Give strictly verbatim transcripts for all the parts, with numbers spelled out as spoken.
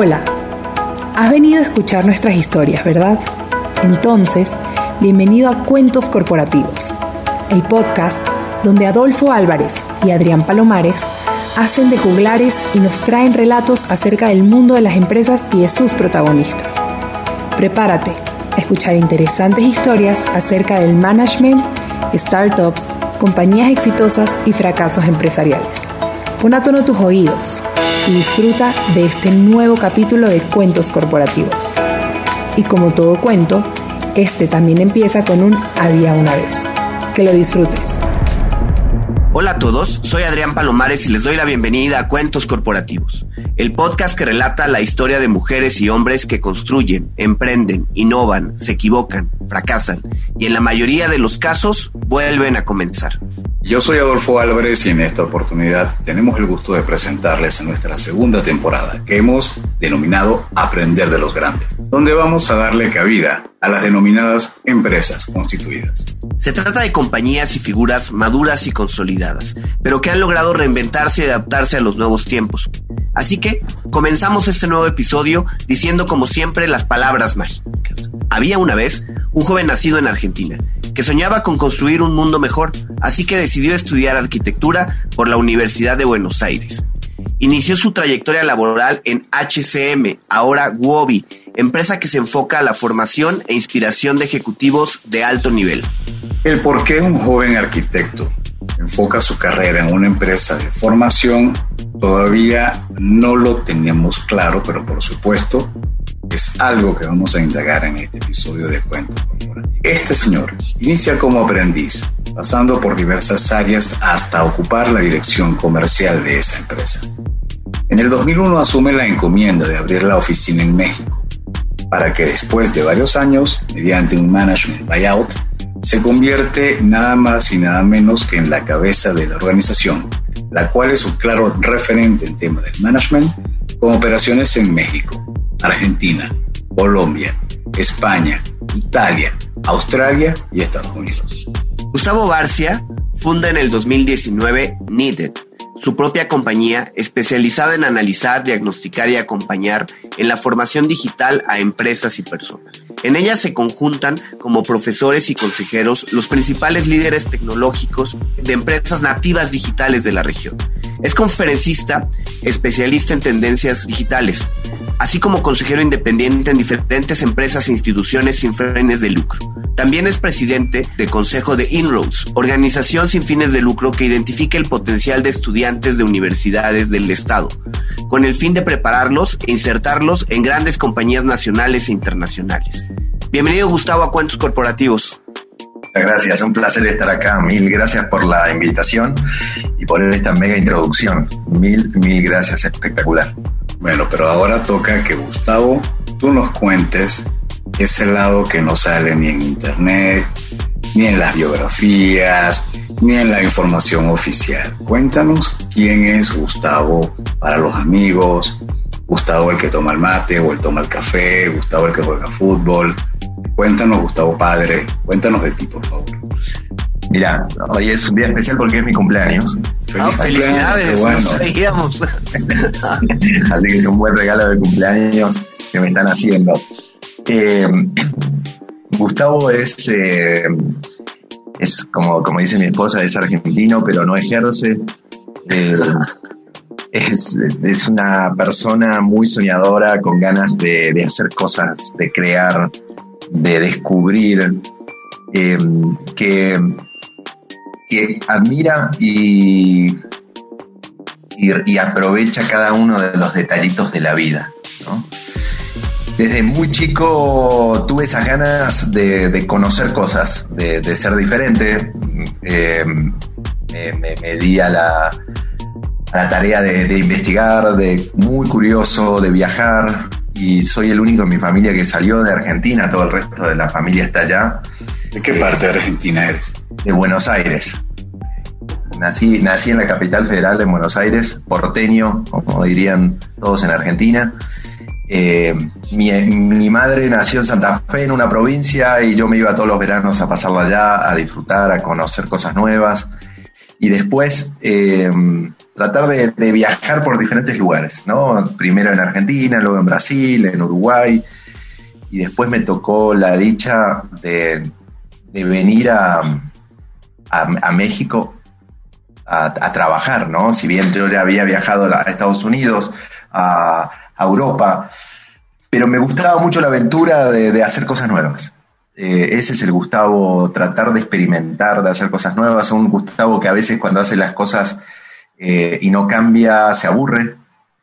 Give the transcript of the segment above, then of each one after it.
Hola, has venido a escuchar nuestras historias, ¿verdad? Entonces, bienvenido a Cuentos Corporativos, el podcast donde Adolfo Álvarez y Adrián Palomares hacen de juglares y nos traen relatos acerca del mundo de las empresas y de sus protagonistas. Prepárate a escuchar interesantes historias acerca del management, startups, compañías exitosas y fracasos empresariales. Pon a tono tus oídos y disfruta de este nuevo capítulo de Cuentos Corporativos. Y como todo cuento, este también empieza con un había una vez. Que lo disfrutes. Hola a todos, soy Adrián Palomares y les doy la bienvenida a Cuentos Corporativos, el podcast que relata la historia de mujeres y hombres que construyen, emprenden, innovan, se equivocan, fracasan y en la mayoría de los casos vuelven a comenzar. Yo soy Adolfo Álvarez y en esta oportunidad tenemos el gusto de presentarles nuestra segunda temporada que hemos denominado Aprender de los Grandes, donde vamos a darle cabida a las denominadas empresas constituidas. Se trata de compañías y figuras maduras y consolidadas, pero que han logrado reinventarse y adaptarse a los nuevos tiempos. Así que comenzamos este nuevo episodio diciendo como siempre las palabras mágicas. Había una vez un joven nacido en Argentina que soñaba con construir un mundo mejor, así que decidió estudiar arquitectura por la Universidad de Buenos Aires. Inició su trayectoria laboral en H C M, ahora Wobi, empresa que se enfoca a la formación e inspiración de ejecutivos de alto nivel. El por qué un joven arquitecto enfoca su carrera en una empresa de formación todavía no lo tenemos claro, pero por supuesto es algo que vamos a indagar en este episodio de Cuentos Corporativos. Este señor inicia como aprendiz, pasando por diversas áreas hasta ocupar la dirección comercial de esa empresa. En el dos mil uno asume la encomienda de abrir la oficina en México, para que después de varios años, mediante un management buyout, se convierte nada más y nada menos que en la cabeza de la organización, la cual es un claro referente en tema del management, con operaciones en México, Argentina, Colombia, España, Italia, Australia y Estados Unidos. Gustavo Barcia funda en el dos mil diecinueve Needed, su propia compañía especializada en analizar, diagnosticar y acompañar en la formación digital a empresas y personas. En ella se conjuntan como profesores y consejeros los principales líderes tecnológicos de empresas nativas digitales de la región. Es conferencista, especialista en tendencias digitales, así como consejero independiente en diferentes empresas e instituciones sin fines de lucro. También es presidente del Consejo de Inroads, organización sin fines de lucro que identifica el potencial de estudiantes de universidades del Estado, con el fin de prepararlos e insertarlos en grandes compañías nacionales e internacionales. Bienvenido, Gustavo, a Cuentos Corporativos. Gracias, un placer estar acá. Mil gracias por la invitación y por esta mega introducción. Mil, mil gracias, espectacular. Bueno, pero ahora toca que Gustavo, tú nos cuentes ese lado que no sale ni en internet, ni en las biografías, ni en la información oficial. Cuéntanos quién es Gustavo para los amigos, Gustavo el que toma el mate o el toma el café, Gustavo el que juega fútbol. Cuéntanos, Gustavo padre, cuéntanos de ti, por favor. Mira, hoy es un día especial porque es mi cumpleaños. Feliz oh, felicidades, bueno. Nos seguíamos. Así que es un buen regalo de cumpleaños que me están haciendo. Eh, Gustavo es, eh, es como, como dice mi esposa, es argentino, pero no ejerce. Eh, es, es una persona muy soñadora, con ganas de, de hacer cosas, de crear, de descubrir, eh, que, que admira y, y, y aprovecha cada uno de los detallitos de la vida, ¿no? Desde muy chico tuve esas ganas de, de conocer cosas, de, de ser diferente. Eh, me, me, me di a la, a la tarea de, de investigar, de muy curioso, de viajar. Y soy el único en mi familia que salió de Argentina, todo el resto de la familia está allá. ¿De qué eh, parte de Argentina eres? De Buenos Aires. Nací, nací en la capital federal de Buenos Aires, porteño, como dirían todos en Argentina. Eh, mi, mi madre nació en Santa Fe, en una provincia, y yo me iba todos los veranos a pasarla allá, a disfrutar, a conocer cosas nuevas. Y después, eh, tratar de, de viajar por diferentes lugares, ¿no? Primero en Argentina, luego en Brasil, en Uruguay, y después me tocó la dicha de, de venir a, a, a México a, a trabajar, ¿no? Si bien yo ya había viajado a Estados Unidos, a, a Europa, pero me gustaba mucho la aventura de, de hacer cosas nuevas. Eh, ese es el Gustavo, tratar de experimentar, de hacer cosas nuevas. Un Gustavo que a veces cuando hace las cosas eh, y no cambia, se aburre.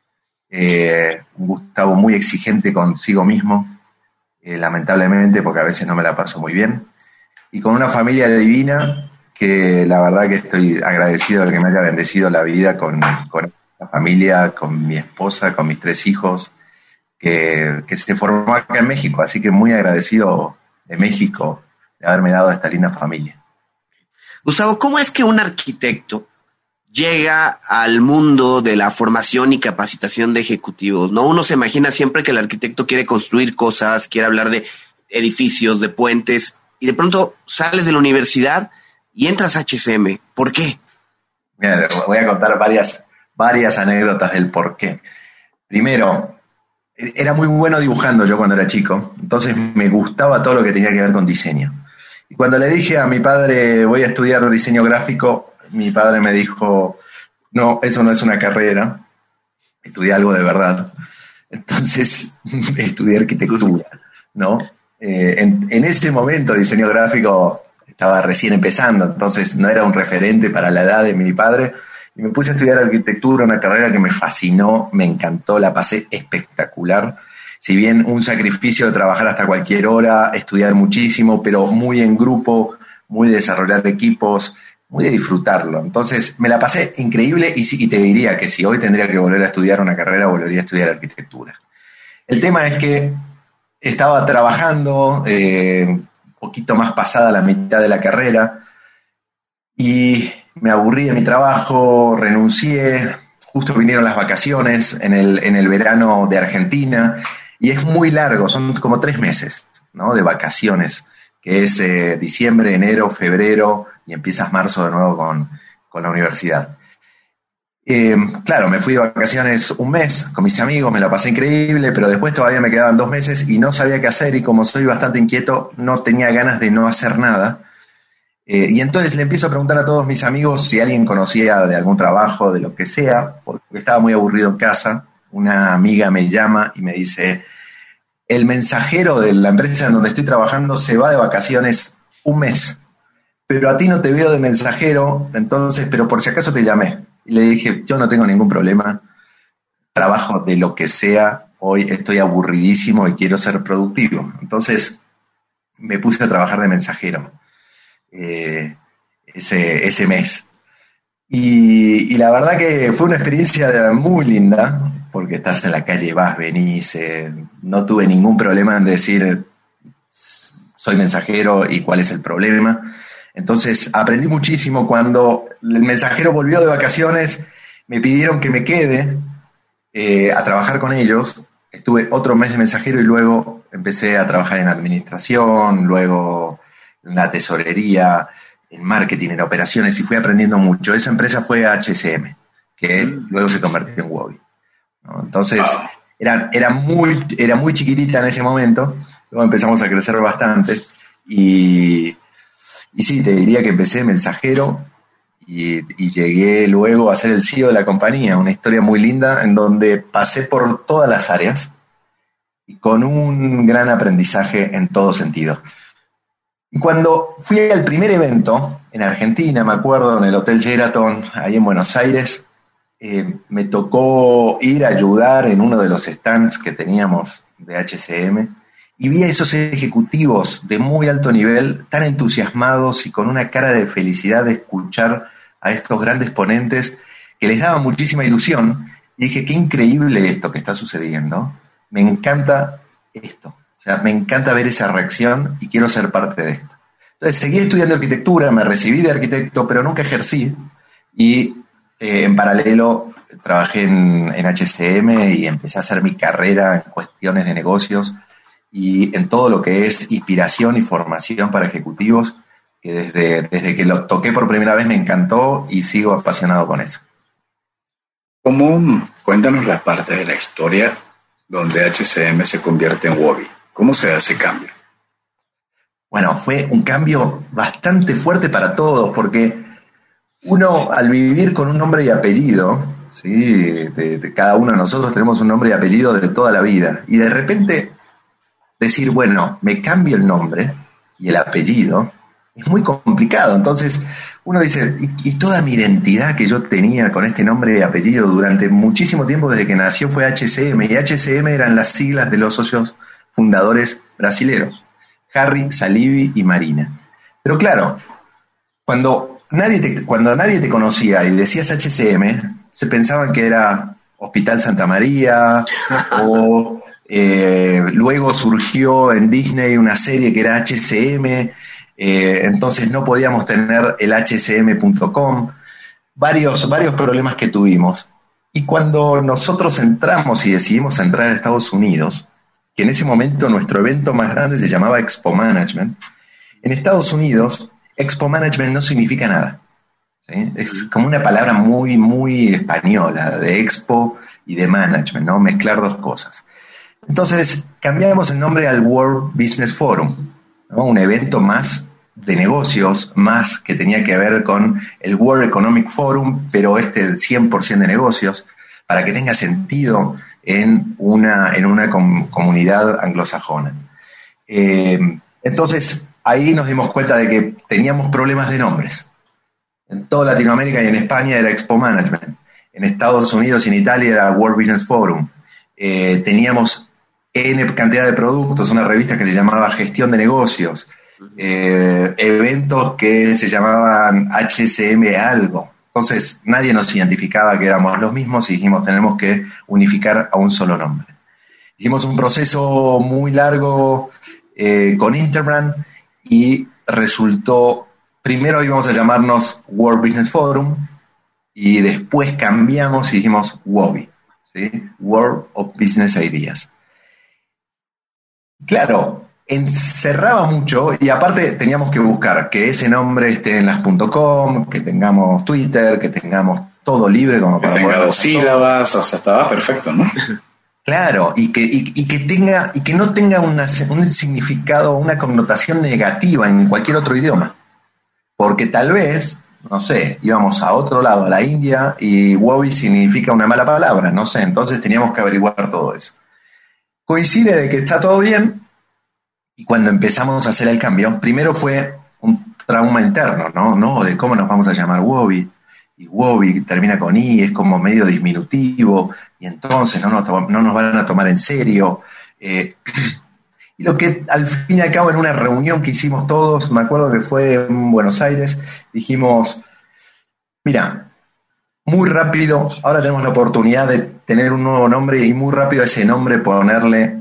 Eh, un Gustavo muy exigente consigo mismo, eh, lamentablemente, porque a veces no me la paso muy bien. Y con una familia divina que la verdad que estoy agradecido de que me haya bendecido la vida con, con la familia, con mi esposa, con mis tres hijos, que, que se formó acá en México. Así que muy agradecido de México, de haberme dado esta linda familia. Gustavo, ¿cómo es que un arquitecto llega al mundo de la formación y capacitación de ejecutivos? ¿No? Uno se imagina siempre que el arquitecto quiere construir cosas, quiere hablar de edificios, de puentes, y de pronto sales de la universidad y entras a H C M. ¿Por qué? Mira, voy a contar varias, varias anécdotas del por qué. Primero, era muy bueno dibujando yo cuando era chico, entonces me gustaba todo lo que tenía que ver con diseño. Y cuando le dije a mi padre, voy a estudiar diseño gráfico, mi padre me dijo, no, eso no es una carrera, estudié algo de verdad. Entonces estudié arquitectura, ¿no? Eh, en, en ese momento diseño gráfico estaba recién empezando, entonces no era un referente para la edad de mi padre. Y me puse a estudiar arquitectura, una carrera que me fascinó, me encantó, la pasé espectacular. Si bien un sacrificio de trabajar hasta cualquier hora, estudiar muchísimo, pero muy en grupo, muy de desarrollar equipos, muy de disfrutarlo. Entonces me la pasé increíble y, sí, y te diría que si hoy tendría que volver a estudiar una carrera, volvería a estudiar arquitectura. El tema es que estaba trabajando, eh, un poquito más pasada la mitad de la carrera, y me aburrí de mi trabajo, renuncié, justo vinieron las vacaciones en el, en el verano de Argentina, y es muy largo, son como tres meses, ¿no? De vacaciones, que es eh, diciembre, enero, febrero, y empiezas marzo de nuevo con, con la universidad. Eh, claro, me fui de vacaciones un mes con mis amigos, me la pasé increíble, pero después todavía me quedaban dos meses y no sabía qué hacer, y como soy bastante inquieto, no tenía ganas de no hacer nada. Eh, y entonces le empiezo a preguntar a todos mis amigos si alguien conocía de algún trabajo, de lo que sea, porque estaba muy aburrido en casa. Una amiga me llama y me dice, el mensajero de la empresa en donde estoy trabajando se va de vacaciones un mes, pero a ti no te veo de mensajero, entonces, pero por si acaso te llamé. Y le dije, yo no tengo ningún problema, trabajo de lo que sea, hoy estoy aburridísimo y quiero ser productivo. Entonces me puse a trabajar de mensajero. Eh, ese, ese mes y, y la verdad que fue una experiencia muy linda, porque estás en la calle, vas, venís, eh, no tuve ningún problema en decir soy mensajero y cuál es el problema. Entonces aprendí muchísimo. Cuando el mensajero volvió de vacaciones, me pidieron que me quede eh, a trabajar con ellos. Estuve otro mes de mensajero y luego empecé a trabajar en administración, luego en la tesorería, en marketing, en operaciones, y fui aprendiendo mucho. Esa empresa fue H C M, que luego se convirtió en Wobby, ¿no? Entonces, era, era, muy, era muy chiquitita en ese momento, luego empezamos a crecer bastante, y, y sí, te diría que empecé de mensajero y, y llegué luego a ser el C E O de la compañía, una historia muy linda en donde pasé por todas las áreas y con un gran aprendizaje en todo sentido. Y cuando fui al primer evento en Argentina, me acuerdo, en el Hotel Sheraton, ahí en Buenos Aires, eh, me tocó ir a ayudar en uno de los stands que teníamos de H C M, y vi a esos ejecutivos de muy alto nivel tan entusiasmados y con una cara de felicidad de escuchar a estos grandes ponentes que les daba muchísima ilusión, y dije, qué increíble esto que está sucediendo, me encanta esto. O sea, me encanta ver esa reacción y quiero ser parte de esto. Entonces, seguí estudiando arquitectura, me recibí de arquitecto, pero nunca ejercí. Y eh, en paralelo trabajé en, en H C M y empecé a hacer mi carrera en cuestiones de negocios y en todo lo que es inspiración y formación para ejecutivos, que desde, desde que lo toqué por primera vez me encantó y sigo apasionado con eso. ¿Cómo, cuéntanos la parte de la historia donde H C M se convierte en Wobi? ¿Cómo se da ese cambio? Bueno, fue un cambio bastante fuerte para todos, porque uno, al vivir con un nombre y apellido, ¿sí? de, de cada uno de nosotros tenemos un nombre y apellido de toda la vida, y de repente decir, bueno, me cambio el nombre y el apellido, es muy complicado. Entonces uno dice, y, y toda mi identidad que yo tenía con este nombre y apellido durante muchísimo tiempo desde que nació fue H C M, y H C M eran las siglas de los socios fundadores brasileros, Harry, Salivi y Marina. Pero claro, cuando nadie te, cuando nadie te conocía y decías H C M, se pensaban que era Hospital Santa María, o eh, luego surgió en Disney una serie que era H C M, eh, entonces no podíamos tener el H C M punto com, varios, varios problemas que tuvimos. Y cuando nosotros entramos y decidimos entrar a Estados Unidos, que en ese momento nuestro evento más grande se llamaba Expo Management, en Estados Unidos Expo Management no significa nada, ¿sí? Es como una palabra muy, muy española, de expo y de management, ¿no? Mezclar dos cosas. Entonces cambiamos el nombre al World Business Forum, ¿no? Un evento más de negocios, más que tenía que ver con el World Economic Forum, pero este cien por ciento de negocios, para que tenga sentido en una, en una com- comunidad anglosajona. Eh, entonces, ahí nos dimos cuenta de que teníamos problemas de nombres. En toda Latinoamérica y en España era Expo Management. En Estados Unidos y en Italia era World Business Forum. Eh, teníamos N cantidad de productos, una revista que se llamaba Gestión de Negocios, eh, eventos que se llamaban H C M algo. Entonces nadie nos identificaba que éramos los mismos y dijimos tenemos que unificar a un solo nombre. Hicimos un proceso muy largo eh, con Interbrand y resultó, primero íbamos a llamarnos World Business Forum y después cambiamos y dijimos Wobi, ¿sí? World of Business Ideas. Claro, encerraba mucho y aparte teníamos que buscar que ese nombre esté en las .com, que tengamos Twitter, que tengamos todo libre como que para tenga dos sílabas, o sea, estaba perfecto, ¿no? Claro, y que, y, y que tenga, y que no tenga una, un significado, una connotación negativa en cualquier otro idioma. Porque tal vez, no sé, íbamos a otro lado, a la India, y Wobi significa una mala palabra, no sé, entonces teníamos que averiguar todo eso. Coincide de que está todo bien, y cuando empezamos a hacer el cambio, primero fue un trauma interno, ¿no? No, de cómo nos vamos a llamar Wobi, y Wobi termina con I, es como medio diminutivo, y entonces no nos, no nos van a tomar en serio. Eh, y lo que al fin y al cabo en una reunión que hicimos todos, me acuerdo que fue en Buenos Aires, dijimos, mira, muy rápido, ahora tenemos la oportunidad de tener un nuevo nombre y muy rápido a ese nombre ponerle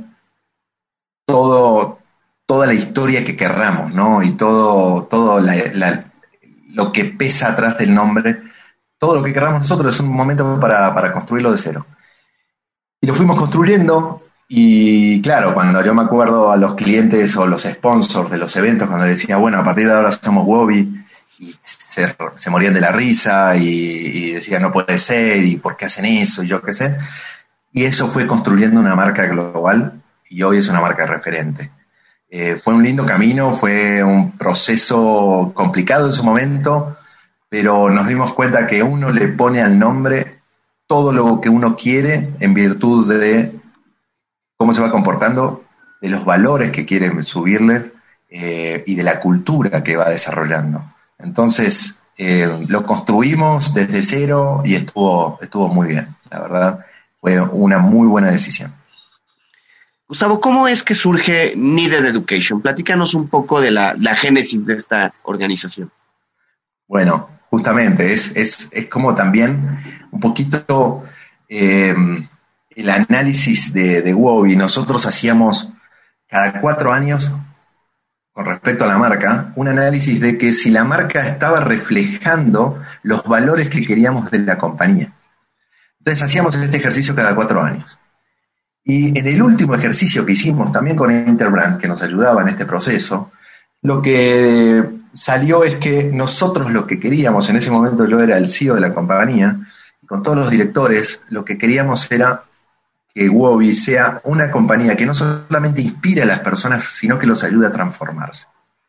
todo, toda la historia que querramos, ¿no? Y todo, todo la, la, lo que pesa atrás del nombre, todo lo que querramos nosotros es un momento para, para construirlo de cero. Y lo fuimos construyendo y claro, cuando yo me acuerdo a los clientes o los sponsors de los eventos, cuando les decía, bueno, a partir de ahora somos Wobi, y se, se morían de la risa y, y decían, no puede ser, y por qué hacen eso, y yo qué sé. Y eso fue construyendo una marca global y hoy es una marca referente. Eh, fue un lindo camino, fue un proceso complicado en su momento, pero nos dimos cuenta que uno le pone al nombre todo lo que uno quiere en virtud de cómo se va comportando, de los valores que quiere subirle eh, y de la cultura que va desarrollando. Entonces, eh, lo construimos desde cero y estuvo, estuvo muy bien, la verdad. Fue una muy buena decisión. Gustavo, ¿cómo es que surge Needed Education? Platícanos un poco de la, la génesis de esta organización. Bueno, justamente, es, es, es como también un poquito eh, el análisis de, de Wobi. Nosotros hacíamos cada cuatro años, con respecto a la marca, un análisis de que si la marca estaba reflejando los valores que queríamos de la compañía. Entonces hacíamos este ejercicio cada cuatro años. Y en el último ejercicio que hicimos también con Interbrand, que nos ayudaba en este proceso, lo que salió es que nosotros lo que queríamos, en ese momento yo era el C E O de la compañía, con todos los directores, lo que queríamos era que Wobi sea una compañía que no solamente inspire a las personas, sino que los ayude a transformarse.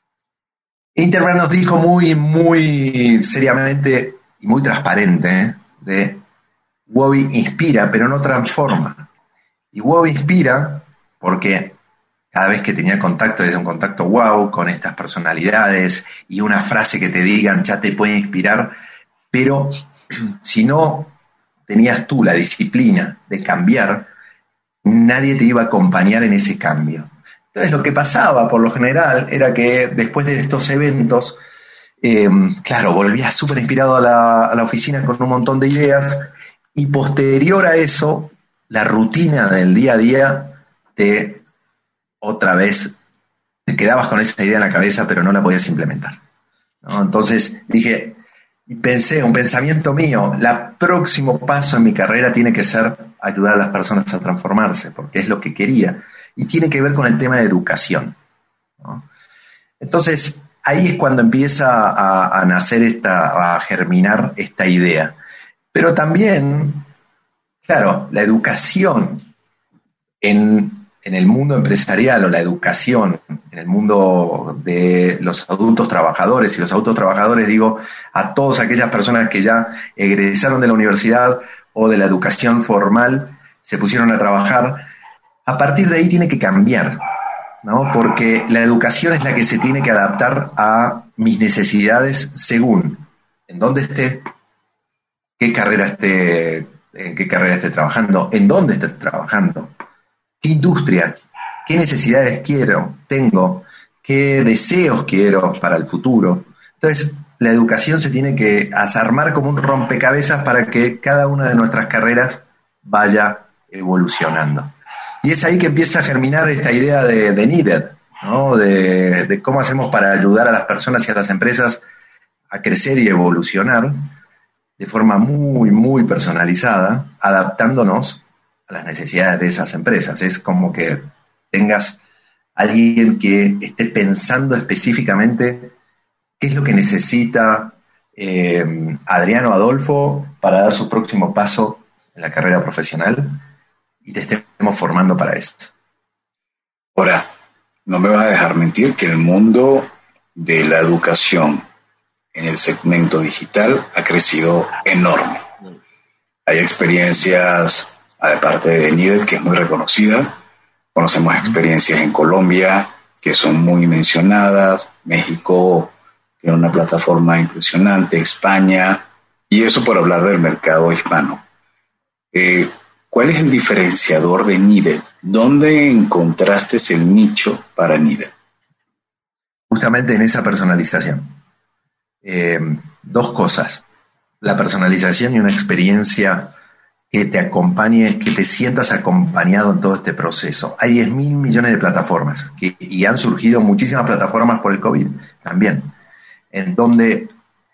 Interbrand nos dijo muy, muy seriamente y muy transparente, ¿eh? de Wobi inspira, pero no transforma. Y Wobi inspira porque cada vez que tenía contacto, era un contacto wow con estas personalidades y una frase que te digan ya te puede inspirar, pero si no tenías tú la disciplina de cambiar, nadie te iba a acompañar en ese cambio. Entonces lo que pasaba por lo general era que después de estos eventos, eh, claro, volvías súper inspirado a la, a la oficina con un montón de ideas y posterior a eso, la rutina del día a día te otra vez te quedabas con esa idea en la cabeza pero no la podías implementar, ¿no? Entonces dije, y pensé, un pensamiento mío, el próximo paso en mi carrera tiene que ser ayudar a las personas a transformarse, porque es lo que quería. Y tiene que ver con el tema de educación, ¿no? Entonces, ahí es cuando empieza a, a nacer esta, a germinar esta idea. Pero también, claro, la educación en, en el mundo empresarial o la educación en el mundo de los adultos trabajadores, y los adultos trabajadores digo a todas aquellas personas que ya egresaron de la universidad o de la educación formal, se pusieron a trabajar, a partir de ahí tiene que cambiar, ¿no? Porque la educación es la que se tiene que adaptar a mis necesidades según en dónde esté, qué carrera esté, en qué carrera esté trabajando, en dónde esté trabajando, qué industria, qué necesidades quiero, tengo, qué deseos quiero para el futuro. Entonces, la educación se tiene que armar como un rompecabezas para que cada una de nuestras carreras vaya evolucionando. Y es ahí que empieza a germinar esta idea de, de Needed, ¿no? De, de cómo hacemos para ayudar a las personas y a las empresas a crecer y evolucionar de forma muy, muy personalizada, adaptándonos a las necesidades de esas empresas. Es como que tengas alguien que esté pensando específicamente qué es lo que necesita eh, Adriano Adolfo para dar su próximo paso en la carrera profesional y te estemos formando para esto. Ahora, no me vas a dejar mentir que el mundo de la educación en el segmento digital ha crecido enorme. Hay experiencias, aparte de Needed, que es muy reconocida, conocemos experiencias en Colombia que son muy mencionadas, México tiene una plataforma impresionante, España, y eso por hablar del mercado hispano. Eh, ¿Cuál es el diferenciador de Needed? ¿Dónde encontraste el nicho para Needed? Justamente en esa personalización. Eh, dos cosas. La personalización y una experiencia que te acompañe, que te sientas acompañado en todo este proceso. Hay diez mil millones de plataformas que, y han surgido muchísimas plataformas por el COVID también, en donde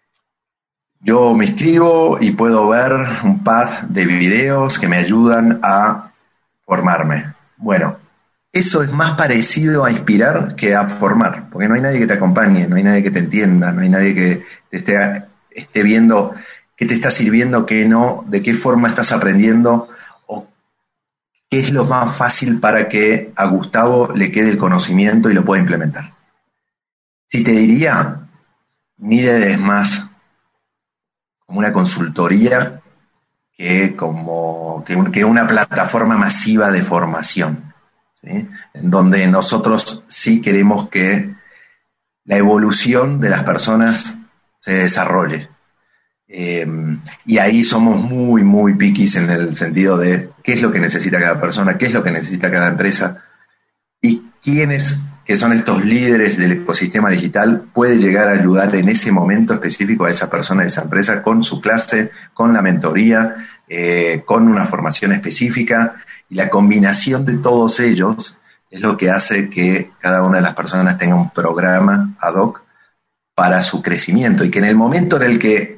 yo me inscribo y puedo ver un path de videos que me ayudan a formarme. Bueno, eso es más parecido a inspirar que a formar, porque no hay nadie que te acompañe, no hay nadie que te entienda, no hay nadie que te esté, esté viendo qué te está sirviendo, qué no, de qué forma estás aprendiendo o qué es lo más fácil para que a Gustavo le quede el conocimiento y lo pueda implementar. Si te diría, Needed es más como una consultoría que como que, un, que una plataforma masiva de formación, ¿sí? En donde nosotros sí queremos que la evolución de las personas se desarrolle. Eh, y ahí somos muy, muy piquis en el sentido de qué es lo que necesita cada persona, qué es lo que necesita cada empresa y quiénes que son estos líderes del ecosistema digital puede llegar a ayudar en ese momento específico a esa persona, a esa empresa, con su clase, con la mentoría, eh, con una formación específica, y la combinación de todos ellos es lo que hace que cada una de las personas tenga un programa ad hoc para su crecimiento y que en el momento en el que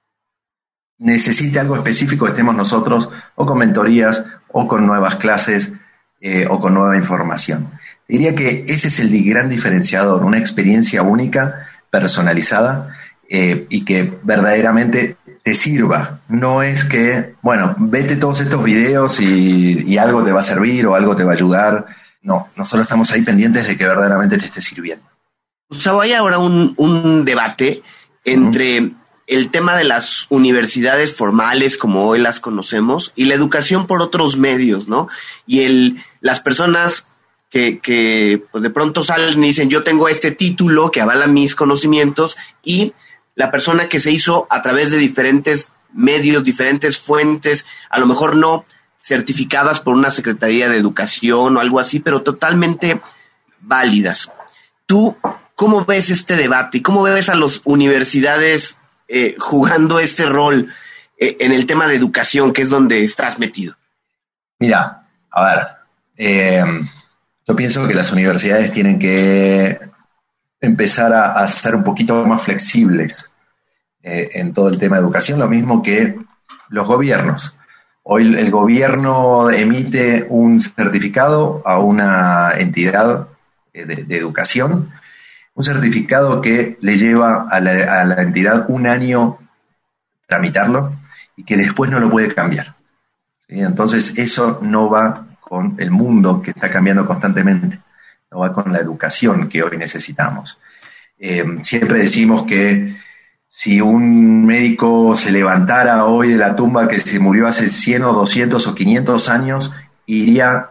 necesite algo específico estemos nosotros o con mentorías o con nuevas clases eh, o con nueva información. Diría que ese es el gran diferenciador, una experiencia única, personalizada eh, y que verdaderamente te te sirva. No es que, bueno, vete todos estos videos y, y algo te va a servir o algo te va a ayudar. No, nosotros estamos ahí pendientes de que verdaderamente te esté sirviendo. Gustavo, hay ahora un, un debate entre uh-huh. el tema de las universidades formales, como hoy las conocemos, y la educación por otros medios, ¿no? Y el, las personas que, que pues de pronto salen y dicen, yo tengo este título que avala mis conocimientos, y la persona que se hizo a través de diferentes medios, diferentes fuentes, a lo mejor no certificadas por una Secretaría de Educación o algo así, pero totalmente válidas. ¿Tú cómo ves este debate y cómo ves a las universidades eh, jugando este rol eh, en el tema de educación, que es donde estás metido? Mira, a ver, eh, yo pienso que las universidades tienen que empezar a, a ser un poquito más flexibles eh, en todo el tema de educación, lo mismo que los gobiernos. Hoy el gobierno emite un certificado a una entidad de, de educación, un certificado que le lleva a la, a la entidad un año tramitarlo y que después no lo puede cambiar. ¿Sí? Entonces eso no va con el mundo que está cambiando constantemente, no va con la educación que hoy necesitamos. Eh, siempre decimos que si un médico se levantara hoy de la tumba que se murió hace cien o doscientos o quinientos años, iría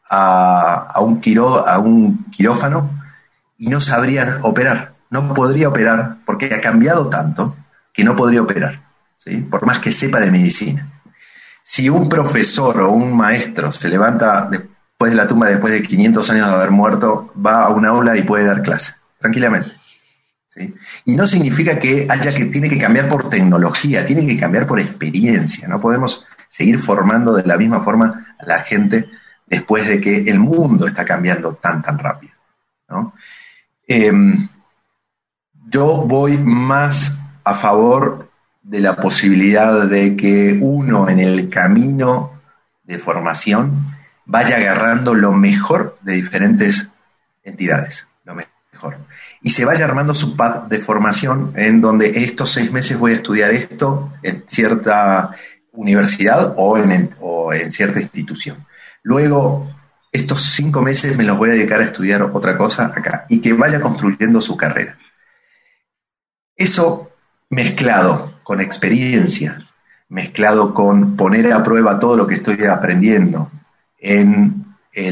a, a, un, quiró, a un quirófano y no sabría operar, no podría operar porque ha cambiado tanto que no podría operar, ¿sí? Por más que sepa de medicina. Si un profesor o un maestro se levanta después de la tumba, después de quinientos años de haber muerto, va a un aula y puede dar clase, tranquilamente. ¿Sí? Y no significa que haya que tiene que cambiar por tecnología, tiene que cambiar por experiencia. No podemos seguir formando de la misma forma a la gente después de que el mundo está cambiando tan, tan rápido, ¿no? Eh, yo voy más a favor de la posibilidad de que uno en el camino de formación vaya agarrando lo mejor de diferentes entidades, lo mejor. Y se vaya armando su path de formación en donde estos seis meses voy a estudiar esto en cierta universidad o en, o en cierta institución. Luego, estos cinco meses me los voy a dedicar a estudiar otra cosa acá y que vaya construyendo su carrera. Eso mezclado con experiencia, mezclado con poner a prueba todo lo que estoy aprendiendo en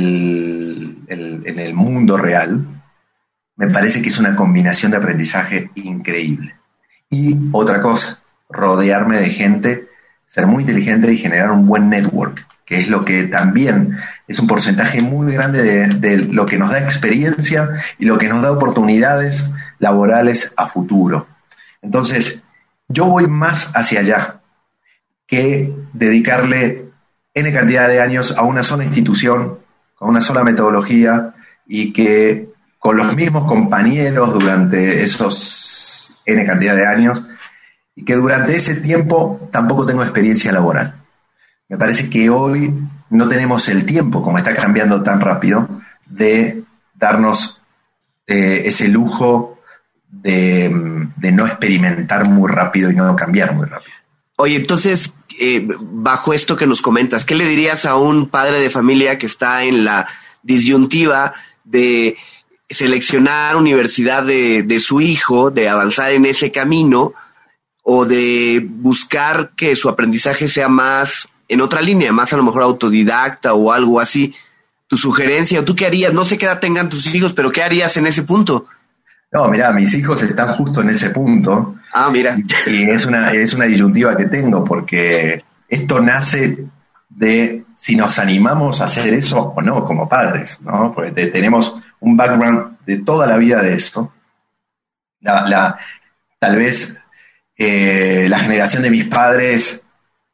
el, el, en el mundo real, me parece que es una combinación de aprendizaje increíble. Y otra cosa, rodearme de gente, ser muy inteligente y generar un buen network, que es lo que también es un porcentaje muy grande de, de lo que nos da experiencia y lo que nos da oportunidades laborales a futuro. Entonces, yo voy más hacia allá que dedicarle N cantidad de años a una sola institución, con una sola metodología y que con los mismos compañeros durante esos N cantidad de años y que durante ese tiempo tampoco tengo experiencia laboral. Me parece que hoy no tenemos el tiempo, como está cambiando tan rápido, de darnos eh, ese lujo de, de no experimentar muy rápido y no cambiar muy rápido. Oye, entonces, eh, bajo esto que nos comentas, ¿qué le dirías a un padre de familia que está en la disyuntiva de seleccionar universidad de, de su hijo, de avanzar en ese camino o de buscar que su aprendizaje sea más en otra línea, más a lo mejor autodidacta o algo así? Tu sugerencia, ¿tú qué harías? No sé qué edad tengan tus hijos, pero ¿qué harías en ese punto? No, mirá, mis hijos están justo en ese punto. Ah, mira. Y es una, es una disyuntiva que tengo, porque esto nace de si nos animamos a hacer eso o no como padres, ¿no? Porque te, tenemos un background de toda la vida de eso. La, la, tal vez eh, la generación de mis padres,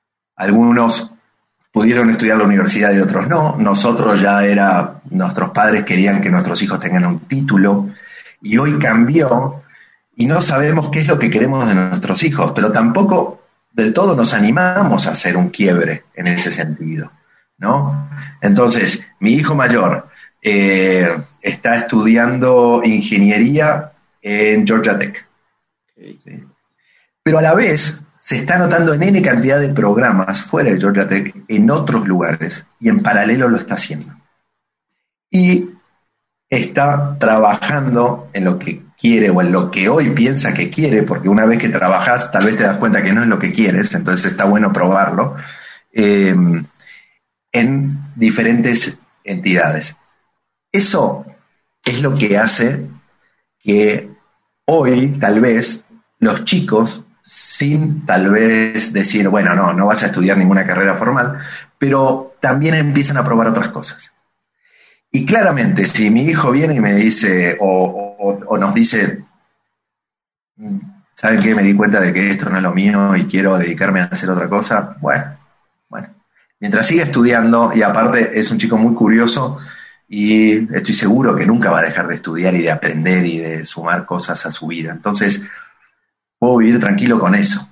algunos pudieron estudiar la universidad y otros no. Nosotros ya era, nuestros padres querían que nuestros hijos tengan un título y hoy cambió y no sabemos qué es lo que queremos de nuestros hijos, pero tampoco del todo nos animamos a hacer un quiebre en ese sentido, ¿no? Entonces, mi hijo mayor eh, está estudiando ingeniería en Georgia Tech. ¿Sí? Pero a la vez se está anotando en N cantidad de programas fuera de Georgia Tech, en otros lugares, y en paralelo lo está haciendo. Y está trabajando en lo que quiere o en lo que hoy piensa que quiere, porque una vez que trabajas tal vez te das cuenta que no es lo que quieres, entonces está bueno probarlo, eh, en diferentes entidades. Eso es lo que hace que hoy tal vez los chicos, sin tal vez decir, bueno, no, no vas a estudiar ninguna carrera formal, pero también empiezan a probar otras cosas. Y claramente, si mi hijo viene y me dice, o, o, o nos dice, ¿saben qué? Me di cuenta de que esto no es lo mío y quiero dedicarme a hacer otra cosa. Bueno, bueno. Mientras siga estudiando, y aparte es un chico muy curioso, y estoy seguro que nunca va a dejar de estudiar y de aprender y de sumar cosas a su vida. Entonces, puedo vivir tranquilo con eso.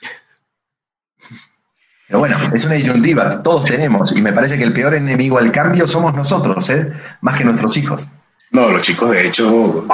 Pero bueno, es una disyuntiva que todos tenemos, y me parece que el peor enemigo al cambio somos nosotros, ¿eh? Más que nuestros hijos. No, los chicos de hecho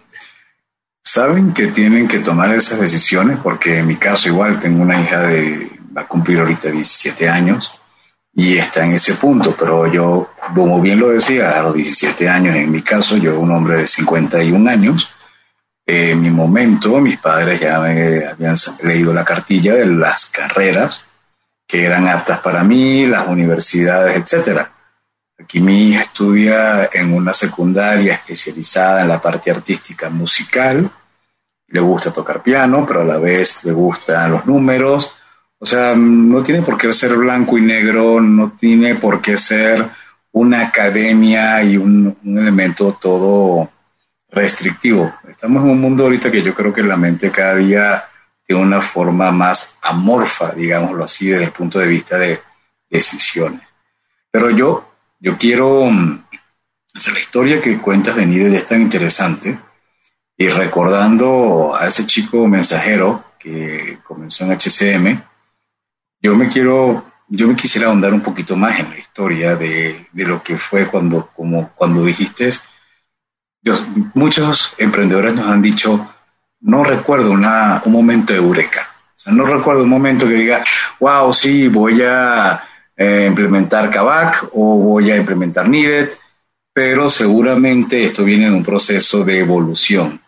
saben que tienen que tomar esas decisiones, porque en mi caso igual tengo una hija de, va a cumplir ahorita diecisiete años, y está en ese punto, pero yo, como bien lo decía, a los diecisiete años, en mi caso, yo un hombre de cincuenta y un años, eh, en mi momento mis padres ya me habían leído la cartilla de las carreras que eran aptas para mí, las universidades, etcétera. Aquí mi hija estudia en una secundaria especializada en la parte artística musical, le gusta tocar piano, pero a la vez le gustan los números. O sea, no tiene por qué ser blanco y negro, no tiene por qué ser una academia y un, un elemento todo restrictivo. Estamos en un mundo ahorita que yo creo que la mente cada día tiene una forma más amorfa, digámoslo así, desde el punto de vista de decisiones. Pero yo, yo quiero hacer la historia que cuentas de Needed es tan interesante, y recordando a ese chico mensajero que comenzó en H C M, Yo me quiero, yo me quisiera ahondar un poquito más en la historia de, de lo que fue cuando, como cuando dijiste, yo, muchos emprendedores nos han dicho, no recuerdo una, un momento de eureka. O sea, no recuerdo un momento que diga, wow, sí, voy a eh, implementar Kavak o voy a implementar Needed, pero seguramente esto viene de un proceso de evolución.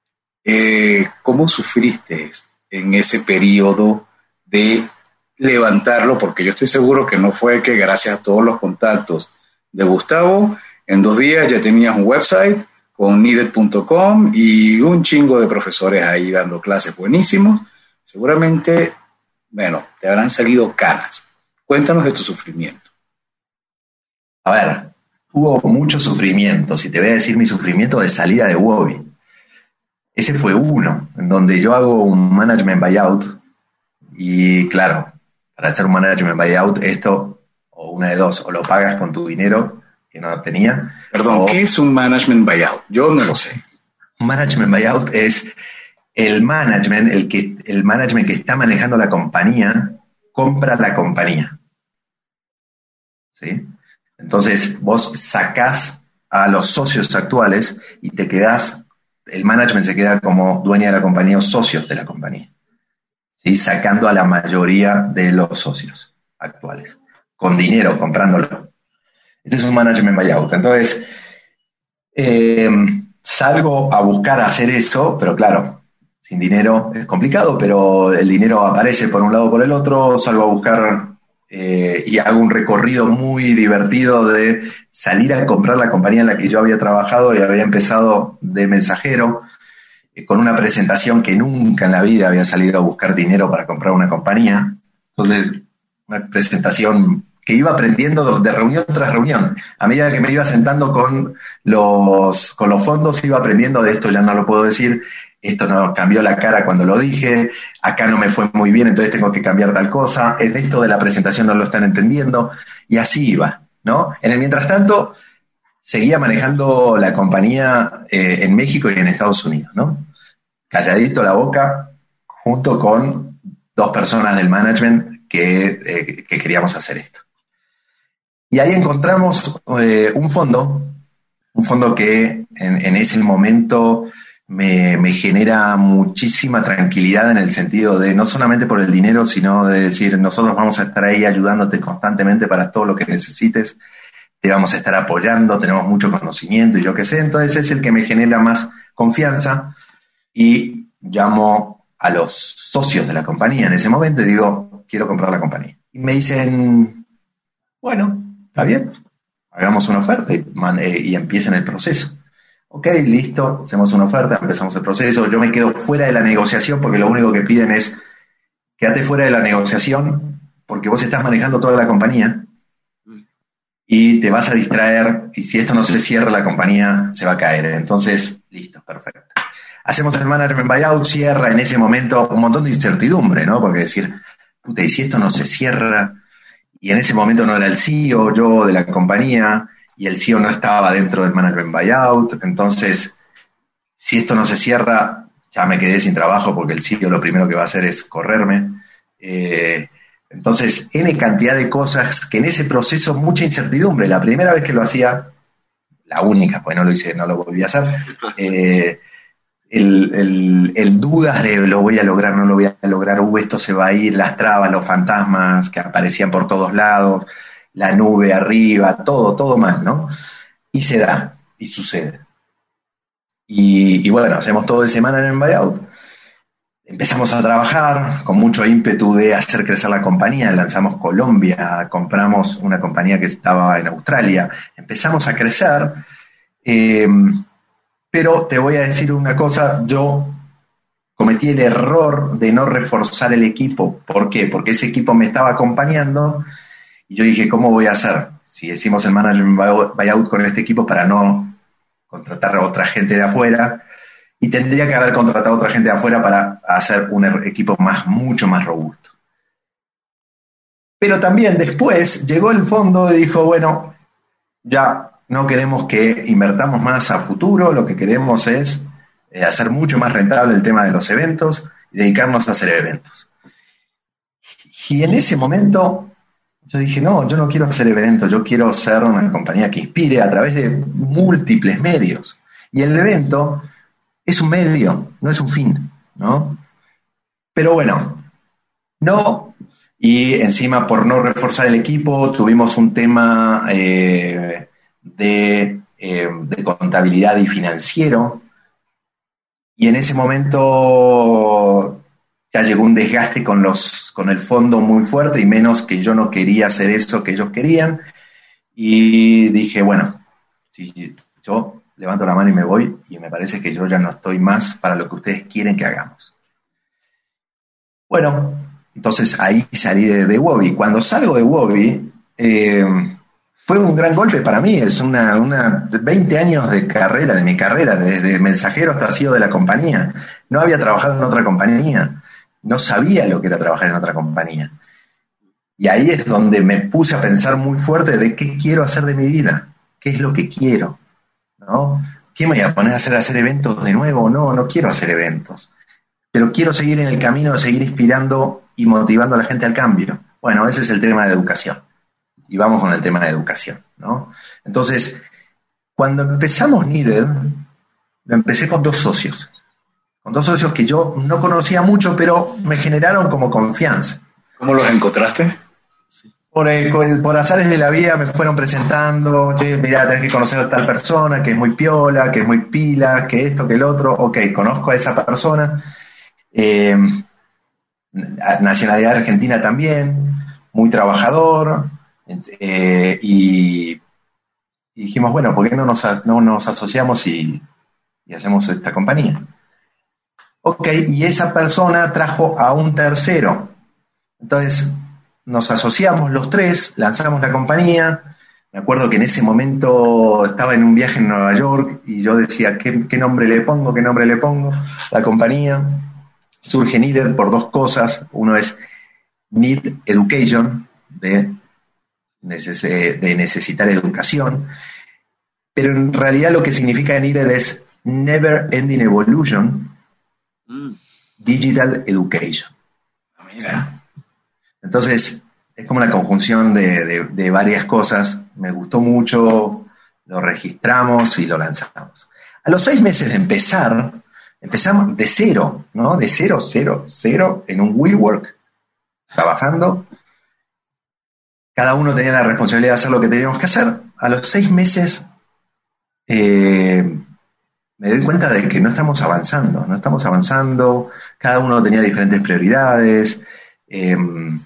Eh, ¿Cómo sufriste en ese periodo de levantarlo? Porque yo estoy seguro que no fue que gracias a todos los contactos de Gustavo, en dos días ya tenías un website con needed punto com y un chingo de profesores ahí dando clases buenísimos. Seguramente, bueno, te habrán salido canas. Cuéntanos de tu sufrimiento. A ver, hubo mucho sufrimiento. Si te voy a decir mi sufrimiento de salida de Huobi, ese fue uno, en donde yo hago un management buyout, y claro, para hacer un management buyout, esto, o una de dos, o lo pagas con tu dinero, que no tenía. Perdón, o, ¿qué es un management buyout? Yo no lo sé. Un management buyout es el management, el, que, el management que está manejando la compañía, compra la compañía. ¿Sí? Entonces, vos sacás a los socios actuales y te quedás, el management se queda como dueña de la compañía o socios de la compañía. ¿Sí? Sacando a la mayoría de los socios actuales, con dinero, comprándolo. Ese es un management buyout. Entonces, eh, salgo a buscar hacer eso, pero claro, sin dinero es complicado, pero el dinero aparece por un lado o por el otro. Salgo a buscar eh, y hago un recorrido muy divertido de salir a comprar la compañía en la que yo había trabajado y había empezado de mensajero, con una presentación que nunca en la vida había salido a buscar dinero para comprar una compañía. Entonces, una presentación que iba aprendiendo de reunión tras reunión. A medida que me iba sentando con los, con los fondos, iba aprendiendo de esto, ya no lo puedo decir, esto no cambió la cara cuando lo dije, acá no me fue muy bien, entonces tengo que cambiar tal cosa, el resto de la presentación no lo están entendiendo, y así iba, ¿no? En el mientras tanto, seguía manejando la compañía eh, en México y en Estados Unidos, ¿no? Calladito la boca, junto con dos personas del management que, eh, que queríamos hacer esto. Y ahí encontramos eh, un fondo, un fondo que en, en ese momento me, me genera muchísima tranquilidad en el sentido de no solamente por el dinero, sino de decir, nosotros vamos a estar ahí ayudándote constantemente para todo lo que necesites, te vamos a estar apoyando, tenemos mucho conocimiento y yo qué sé. Entonces es el que me genera más confianza y llamo a los socios de la compañía en ese momento y digo, quiero comprar la compañía. Y me dicen, bueno, está bien, hagamos una oferta y, man, eh, y empiecen el proceso. Ok, listo, hacemos una oferta, empezamos el proceso. Yo me quedo fuera de la negociación porque lo único que piden es quédate fuera de la negociación porque vos estás manejando toda la compañía y te vas a distraer y si esto no se cierra la compañía se va a caer. Entonces, listo, perfecto. Hacemos el management buyout, cierra en ese momento un montón de incertidumbre, ¿no? Porque decir, puta, y si esto no se cierra, y en ese momento no era el C E O yo de la compañía, y el C E O no estaba dentro del management buyout, entonces, si esto no se cierra, ya me quedé sin trabajo porque el C E O lo primero que va a hacer es correrme. Eh, entonces, N cantidad de cosas que en ese proceso, mucha incertidumbre. La primera vez que lo hacía, la única, pues no lo hice, no lo volví a hacer, eh, El, el, el dudas de lo voy a lograr, no lo voy a lograr, uh, esto se va a ir, las trabas, los fantasmas que aparecían por todos lados, la nube arriba, todo, todo mal, ¿no? Y se da, y sucede. Y, y bueno, hacemos todo de semana en el buyout. Empezamos a trabajar con mucho ímpetu de hacer crecer la compañía, lanzamos Colombia, compramos una compañía que estaba en Australia, empezamos a crecer. Eh, Pero te voy a decir una cosa, yo cometí el error de no reforzar el equipo. ¿Por qué? Porque ese equipo me estaba acompañando y yo dije, ¿cómo voy a hacer? Si hicimos el management buyout con este equipo para no contratar a otra gente de afuera, y tendría que haber contratado a otra gente de afuera para hacer un equipo más, mucho más robusto. Pero también después llegó el fondo y dijo, bueno, ya no queremos que invertamos más a futuro, lo que queremos es eh, hacer mucho más rentable el tema de los eventos y dedicarnos a hacer eventos. Y en ese momento yo dije, no, yo no quiero hacer eventos, yo quiero ser una compañía que inspire a través de múltiples medios. Y el evento es un medio, no es un fin, ¿no? Pero bueno, no. Y encima por no reforzar el equipo tuvimos un tema... Eh, De, eh, de contabilidad y financiero, y en ese momento ya llegó un desgaste con, los, con el fondo muy fuerte, y menos que yo no quería hacer eso que ellos querían, y dije, bueno, si yo levanto la mano y me voy, y me parece que yo ya no estoy más para lo que ustedes quieren que hagamos. Bueno, entonces ahí salí de, de Wobby. Cuando salgo de Wobby, eh, fue un gran golpe para mí, es una, una veinte años de carrera, de mi carrera, desde mensajero hasta C E O de la compañía. No había trabajado en otra compañía, no sabía lo que era trabajar en otra compañía. Y ahí es donde me puse a pensar muy fuerte de qué quiero hacer de mi vida, qué es lo que quiero, ¿no? ¿Qué me voy a poner a hacer, a hacer eventos de nuevo? No, no quiero hacer eventos, pero quiero seguir en el camino de seguir inspirando y motivando a la gente al cambio. Bueno, ese es el tema de educación. Y vamos con el tema de educación, ¿no? Entonces, cuando empezamos Needed, lo empecé con dos socios. Con dos socios que yo no conocía mucho, pero me generaron como confianza. ¿Cómo los encontraste? Por, eh, por azares de la vida me fueron presentando, che, mirá, tenés que conocer a tal persona, que es muy piola, que es muy pila, que esto, que el otro. Ok, conozco a esa persona. Eh, nacionalidad argentina también, muy trabajador. Eh, y, y dijimos, bueno, ¿por qué no nos, no nos asociamos y, y hacemos esta compañía? Ok, y esa persona trajo a un tercero. Entonces nos asociamos los tres, lanzamos la compañía. Me acuerdo que en ese momento estaba en un viaje en Nueva York y yo decía, ¿qué, qué nombre le pongo? ¿Qué nombre le pongo? La compañía surge Needed por dos cosas. Uno es Need Education, de de necesitar educación, pero en realidad lo que significa Needed es Never Ending Evolution mm. Digital Education. Mira. Entonces es como la conjunción de, de, de varias cosas. Me gustó mucho, lo registramos y lo lanzamos. A los seis meses de empezar, empezamos de cero, ¿no? De cero, cero, cero, en un WeWork, trabajando. Cada uno tenía la responsabilidad de hacer lo que teníamos que hacer. A los seis meses eh, me doy cuenta de que no estamos avanzando, no estamos avanzando, cada uno tenía diferentes prioridades, eh,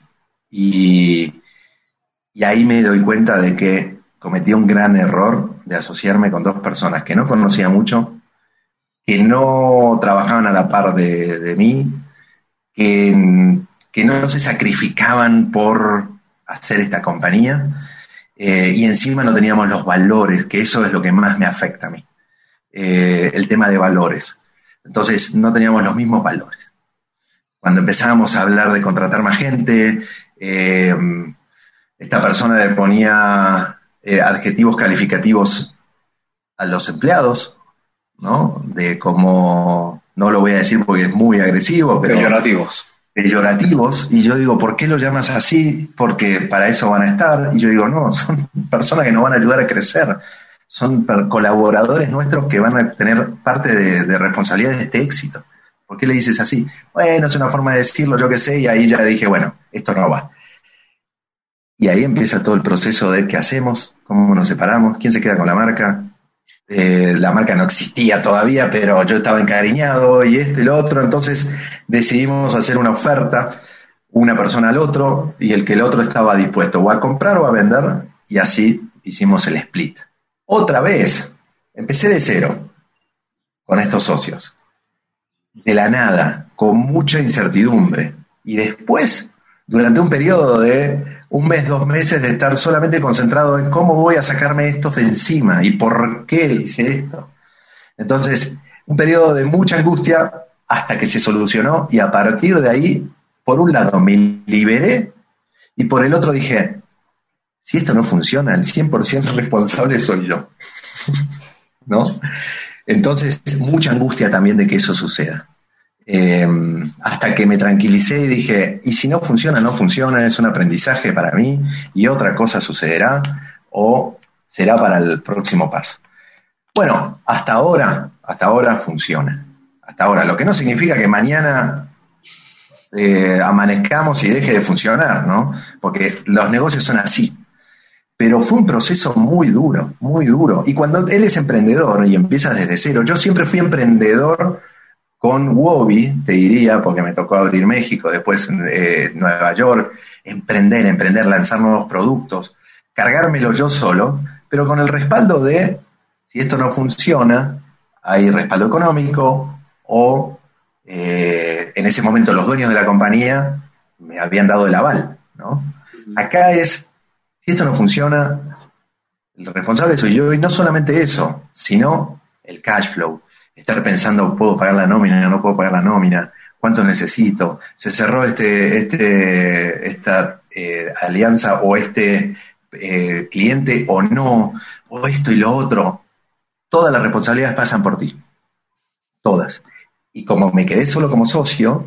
y, y ahí me doy cuenta de que cometí un gran error de asociarme con dos personas que no conocía mucho, que no trabajaban a la par de, de mí, que, que no se sacrificaban por hacer esta compañía, eh, y encima no teníamos los valores, que eso es lo que más me afecta a mí, eh, el tema de valores. Entonces no teníamos los mismos valores. Cuando empezábamos a hablar de contratar más gente, eh, esta persona le ponía eh, adjetivos calificativos a los empleados, ¿no? De como, no lo voy a decir porque es muy agresivo, pero... Peyorativos. peyorativos, y yo digo, ¿por qué lo llamas así? Porque para eso van a estar. Y yo digo, no, son personas que nos van a ayudar a crecer, son colaboradores nuestros que van a tener parte de, de responsabilidad de este éxito. ¿Por qué le dices así? Bueno, es una forma de decirlo, yo qué sé, y ahí ya dije, bueno, esto no va. Y ahí empieza todo el proceso de qué hacemos, cómo nos separamos, quién se queda con la marca. Eh, la marca no existía todavía, pero yo estaba encariñado y esto y lo otro, entonces decidimos hacer una oferta, una persona al otro, y el que el otro estaba dispuesto o a comprar o a vender, y así hicimos el split. Otra vez, empecé de cero con estos socios, de la nada, con mucha incertidumbre, y después, durante un periodo de un mes, dos meses de estar solamente concentrado en cómo voy a sacarme estos de encima y por qué hice esto. Entonces, un periodo de mucha angustia hasta que se solucionó, y a partir de ahí, por un lado me liberé y por el otro dije, si esto no funciona, el cien por ciento responsable soy yo. ¿No? Entonces, mucha angustia también de que eso suceda. Eh, hasta que me tranquilicé y dije, y si no funciona, no funciona, es un aprendizaje para mí y otra cosa sucederá o será para el próximo paso. Bueno, hasta ahora, hasta ahora funciona. Hasta ahora, lo que no significa que mañana eh, amanezcamos y deje de funcionar, ¿no? Porque los negocios son así. Pero fue un proceso muy duro, muy duro. Y cuando él es emprendedor y empieza desde cero, yo siempre fui emprendedor con Wobi, te diría, porque me tocó abrir México, después eh, Nueva York, emprender, emprender, lanzar nuevos productos, cargármelo yo solo, pero con el respaldo de, si esto no funciona, hay respaldo económico, o eh, en ese momento los dueños de la compañía me habían dado el aval, ¿no? Acá es, si esto no funciona, el responsable soy yo, y no solamente eso, sino el cash flow. Estar pensando, ¿puedo pagar la nómina? ¿No puedo pagar la nómina? ¿Cuánto necesito? ¿Se cerró este, este, esta eh, alianza o este eh, cliente o no? ¿O esto y lo otro? Todas las responsabilidades pasan por ti. Todas. Y como me quedé solo como socio,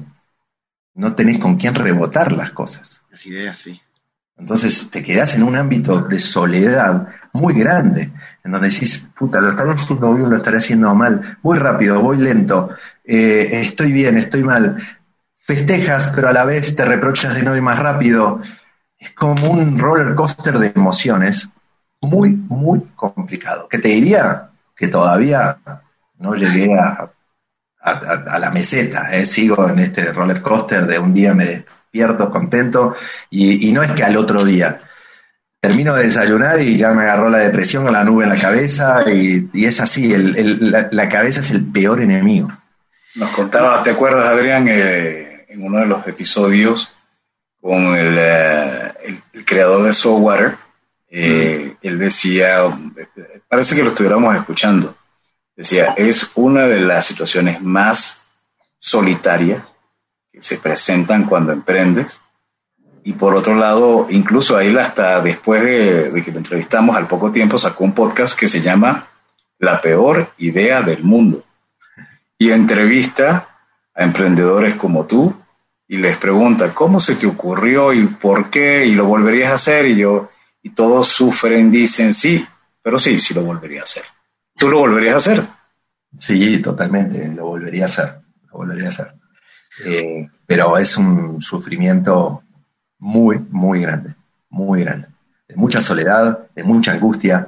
no tenés con quién rebotar las cosas. Las ideas, sí. Entonces te quedás en un ámbito de soledad muy grande, en donde decís, puta, lo estaré haciendo bien, lo estaré haciendo mal, voy rápido, voy lento, eh, estoy bien, estoy mal, festejas, pero a la vez te reprochas de no ir más rápido. Es como un roller coaster de emociones muy, muy complicado, que te diría que todavía no llegué a, a, a la meseta, eh. Sigo en este roller coaster de un día me despierto contento, y, y no es que al otro día termino de desayunar y ya me agarró la depresión con la nube en la cabeza, y, y es así, el, el, la, la cabeza es el peor enemigo. Nos contaba, ¿te acuerdas, Adrián, eh, en uno de los episodios con el, eh, el, el creador de Softwater, eh, mm. él decía, parece que lo estuviéramos escuchando, decía, es una de las situaciones más solitarias que se presentan cuando emprendes. Y por otro lado, incluso a él hasta después de, de que lo entrevistamos, al poco tiempo sacó un podcast que se llama La Peor Idea del Mundo. Y entrevista a emprendedores como tú y les pregunta, ¿cómo se te ocurrió y por qué? ¿Y lo volverías a hacer? Y yo, y todos sufren, dicen, sí, pero sí, sí lo volvería a hacer. ¿Tú lo volverías a hacer? Sí, totalmente, lo volvería a hacer, lo volvería a hacer. Eh, pero es un sufrimiento muy, muy grande, muy grande. De mucha soledad, de mucha angustia,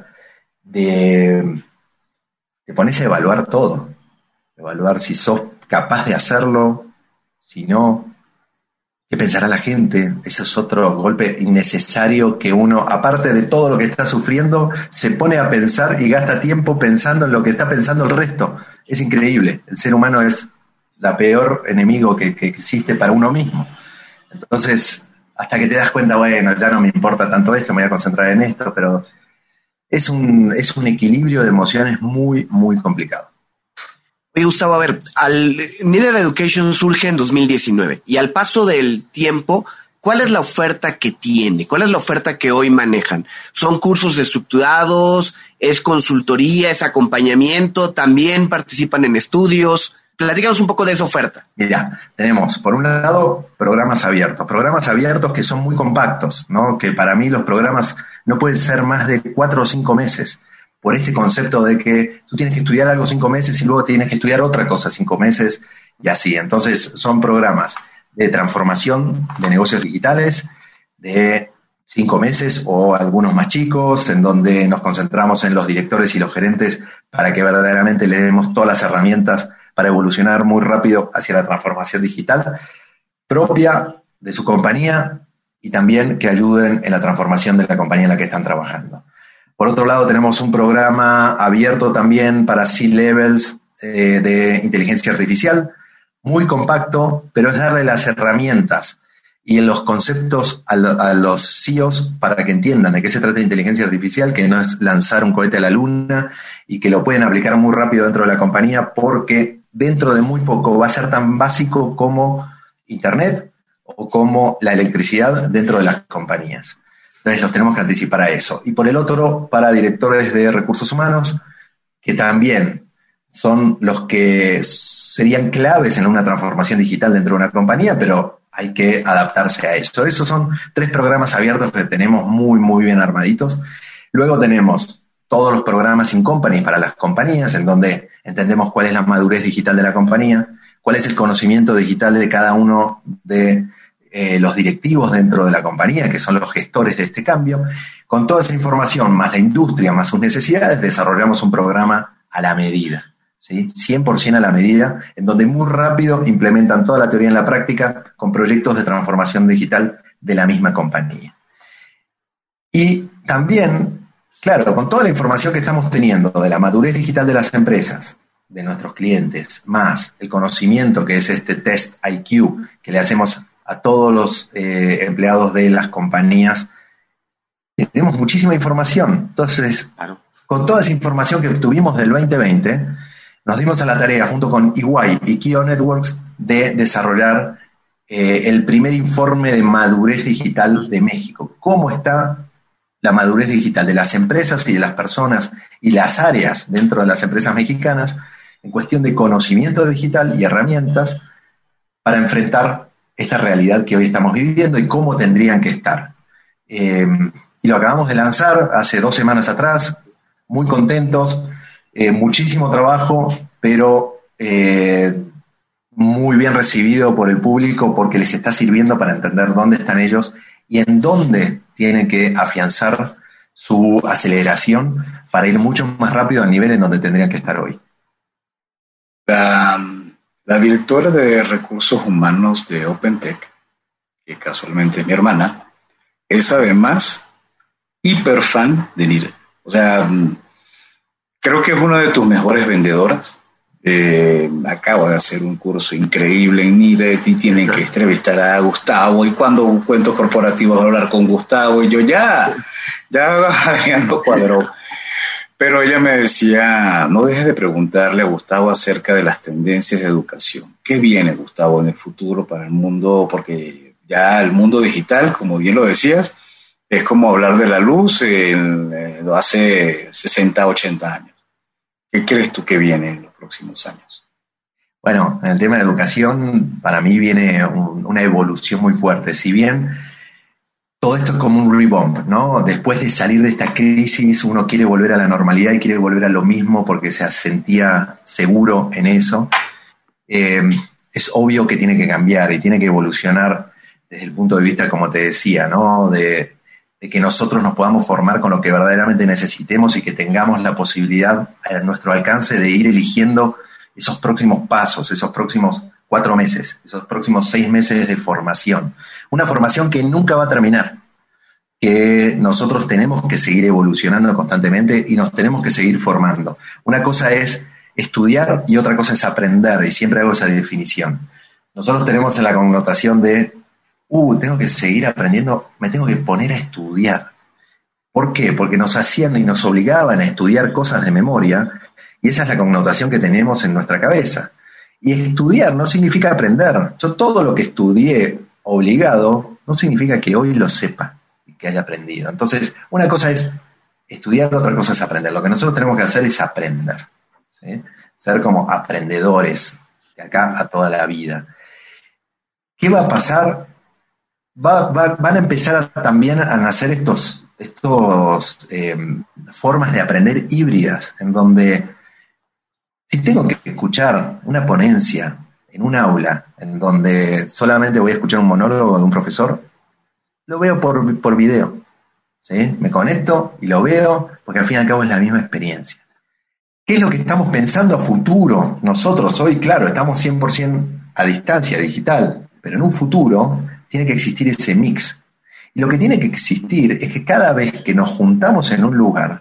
de, de ponerse a evaluar todo. Evaluar si sos capaz de hacerlo, si no, qué pensará la gente. Ese es otro golpe innecesario que uno, aparte de todo lo que está sufriendo, se pone a pensar y gasta tiempo pensando en lo que está pensando el resto. Es increíble. El ser humano es la peor enemigo que, que existe para uno mismo. Entonces, hasta que te das cuenta, bueno, ya no me importa tanto esto, me voy a concentrar en esto, pero es un, es un equilibrio de emociones muy, muy complicado. Oye, Gustavo, a ver, al Needed Education surge en dos mil diecinueve y al paso del tiempo, ¿cuál es la oferta que tiene? ¿Cuál es la oferta que hoy manejan? ¿Son cursos estructurados? ¿Es consultoría? ¿Es acompañamiento? ¿También participan en estudios? Platícanos un poco de esa oferta. Mira, tenemos por un lado programas abiertos, programas abiertos que son muy compactos, ¿no? Que para mí los programas no pueden ser más de cuatro o cinco meses, por este concepto de que tú tienes que estudiar algo cinco meses y luego tienes que estudiar otra cosa cinco meses y así. Entonces son programas de transformación de negocios digitales de cinco meses o algunos más chicos, en donde nos concentramos en los directores y los gerentes para que verdaderamente le demos todas las herramientas para evolucionar muy rápido hacia la transformación digital propia de su compañía y también que ayuden en la transformación de la compañía en la que están trabajando. Por otro lado, tenemos un programa abierto también para C-Levels eh, de inteligencia artificial, muy compacto, pero es darle las herramientas y en los conceptos a, lo, a los C E Os para que entiendan de qué se trata de inteligencia artificial, que no es lanzar un cohete a la luna y que lo pueden aplicar muy rápido dentro de la compañía porque dentro de muy poco va a ser tan básico como Internet o como la electricidad dentro de las compañías. Entonces nos tenemos que anticipar a eso. Y por el otro, para directores de recursos humanos, que también son los que serían claves en una transformación digital dentro de una compañía, pero hay que adaptarse a eso. Esos son tres programas abiertos que tenemos muy, muy bien armaditos. Luego tenemos todos los programas in company para las compañías, en donde entendemos cuál es la madurez digital de la compañía, cuál es el conocimiento digital de cada uno de eh, los directivos dentro de la compañía, que son los gestores de este cambio. Con toda esa información, más la industria, más sus necesidades, desarrollamos un programa a la medida, ¿sí? cien por ciento a la medida, en donde muy rápido implementan toda la teoría en la práctica con proyectos de transformación digital de la misma compañía. Y también, claro, con toda la información que estamos teniendo de la madurez digital de las empresas, de nuestros clientes, más el conocimiento que es este test I Q que le hacemos a todos los eh, empleados de las compañías, tenemos muchísima información. Entonces, claro, con toda esa información que obtuvimos del veinte veinte, nos dimos a la tarea junto con E Y y Kio Networks de desarrollar eh, el primer informe de madurez digital de México. ¿Cómo está la madurez digital de las empresas y de las personas y las áreas dentro de las empresas mexicanas en cuestión de conocimiento digital y herramientas para enfrentar esta realidad que hoy estamos viviendo y cómo tendrían que estar? Eh, y lo acabamos de lanzar hace dos semanas atrás, muy contentos, eh, muchísimo trabajo, pero eh, muy bien recibido por el público porque les está sirviendo para entender dónde están ellos y en dónde tienen que afianzar su aceleración para ir mucho más rápido al nivel en donde tendrían que estar hoy. La, la directora de recursos humanos de OpenTech, que casualmente es mi hermana, es además hiper fan de Needed. O sea, creo que es una de tus mejores vendedoras. Eh, acabo de hacer un curso increíble en Needed y tienen que entrevistar a Gustavo, y cuando cuentos corporativos hablar con Gustavo, y yo ya, ya, ya no cuadró. Pero ella me decía, no dejes de preguntarle a Gustavo acerca de las tendencias de educación. ¿Qué viene, Gustavo, en el futuro para el mundo? Porque ya el mundo digital, como bien lo decías, es como hablar de la luz en, en, hace sesenta, ochenta años. ¿Qué crees tú que viene en los próximos años? Bueno, en el tema de educación, para mí viene un, una evolución muy fuerte. Si bien todo esto es como un rebound, ¿no? Después de salir de esta crisis, uno quiere volver a la normalidad y quiere volver a lo mismo porque se sentía seguro en eso. Eh, es obvio que tiene que cambiar y tiene que evolucionar desde el punto de vista, como te decía, ¿no? De, de que nosotros nos podamos formar con lo que verdaderamente necesitemos y que tengamos la posibilidad a nuestro alcance de ir eligiendo esos próximos pasos, esos próximos cuatro meses, esos próximos seis meses de formación. Una formación que nunca va a terminar, que nosotros tenemos que seguir evolucionando constantemente y nos tenemos que seguir formando. Una cosa es estudiar y otra cosa es aprender, y siempre hago esa definición. Nosotros tenemos la connotación de, uh, tengo que seguir aprendiendo, me tengo que poner a estudiar. ¿Por qué? Porque nos hacían y nos obligaban a estudiar cosas de memoria, y esa es la connotación que tenemos en nuestra cabeza. Y estudiar no significa aprender. Yo todo lo que estudié obligado no significa que hoy lo sepa y que haya aprendido. Entonces, una cosa es estudiar, otra cosa es aprender. Lo que nosotros tenemos que hacer es aprender, ¿sí? Ser como aprendedores de acá a toda la vida. ¿Qué va a pasar? Va, va, van a empezar a, también a nacer estos, estos eh, formas de aprender híbridas, en donde si tengo que escuchar una ponencia en un aula en donde solamente voy a escuchar un monólogo de un profesor, lo veo por, por video, ¿sí? Me conecto y lo veo porque al fin y al cabo es la misma experiencia. ¿Qué es lo que estamos pensando a futuro? Nosotros hoy, claro, estamos cien por ciento a distancia digital, pero en un futuro tiene que existir ese mix. Y lo que tiene que existir es que cada vez que nos juntamos en un lugar,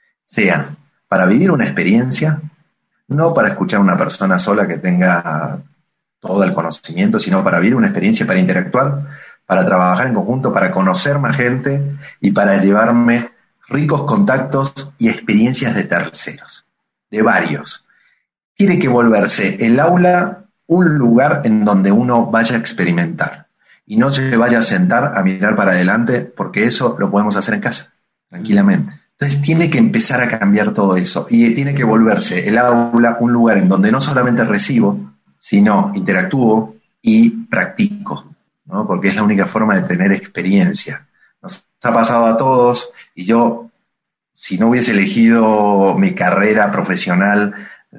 sea para vivir una experiencia, no para escuchar a una persona sola que tenga todo el conocimiento, sino para vivir una experiencia, para interactuar, para trabajar en conjunto, para conocer más gente y para llevarme ricos contactos y experiencias de terceros, de varios. Tiene que volverse el aula un lugar en donde uno vaya a experimentar y no se vaya a sentar a mirar para adelante, porque eso lo podemos hacer en casa, tranquilamente. Entonces tiene que empezar a cambiar todo eso y tiene que volverse el aula un lugar en donde no solamente recibo, sino interactúo y practico, ¿no? Porque es la única forma de tener experiencia. Nos ha pasado a todos y yo, si no hubiese elegido mi carrera profesional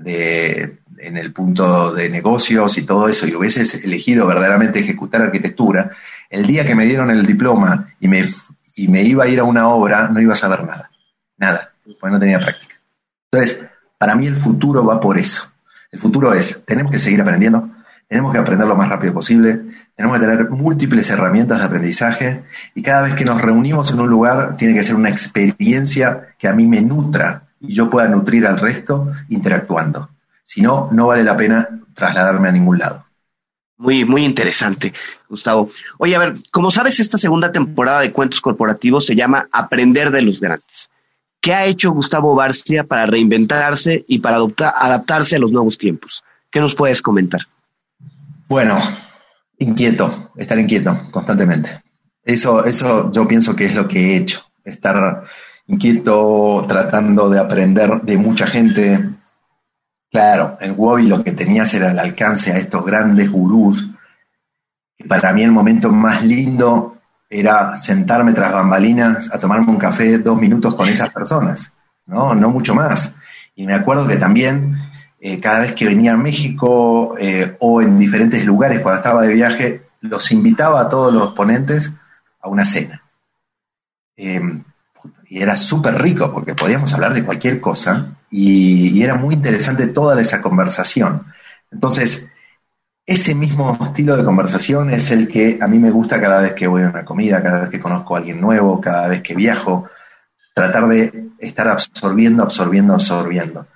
de, en el punto de negocios y todo eso, y hubiese elegido verdaderamente ejecutar arquitectura, el día que me dieron el diploma y me, y me iba a ir a una obra, no iba a saber nada. Nada, porque no tenía práctica. Entonces, para mí el futuro va por eso. El futuro es, tenemos que seguir aprendiendo, tenemos que aprender lo más rápido posible, tenemos que tener múltiples herramientas de aprendizaje y cada vez que nos reunimos en un lugar tiene que ser una experiencia que a mí me nutra y yo pueda nutrir al resto interactuando. Si no, no vale la pena trasladarme a ningún lado. Muy, muy interesante, Gustavo. Oye, a ver, como sabes, esta segunda temporada de Cuentos Corporativos se llama Aprender de los Grandes. ¿Qué ha hecho Gustavo Barcia para reinventarse y para adopta, adaptarse a los nuevos tiempos? ¿Qué nos puedes comentar? Bueno, inquieto, estar inquieto constantemente. Eso, eso yo pienso que es lo que he hecho. Estar inquieto, tratando de aprender de mucha gente. Claro, en Wobby lo que tenías era el alcance a estos grandes gurús. Para mí el momento más lindo era sentarme tras bambalinas a tomarme un café dos minutos con esas personas, ¿no? No mucho más. Y me acuerdo que también eh, cada vez que venía a México eh, o en diferentes lugares cuando estaba de viaje, los invitaba a todos los ponentes a una cena. Eh, y era súper rico porque podíamos hablar de cualquier cosa y, y era muy interesante toda esa conversación. Entonces, ese mismo estilo de conversación es el que a mí me gusta cada vez que voy a una comida, cada vez que conozco a alguien nuevo, cada vez que viajo, tratar de estar absorbiendo, absorbiendo, absorbiendo.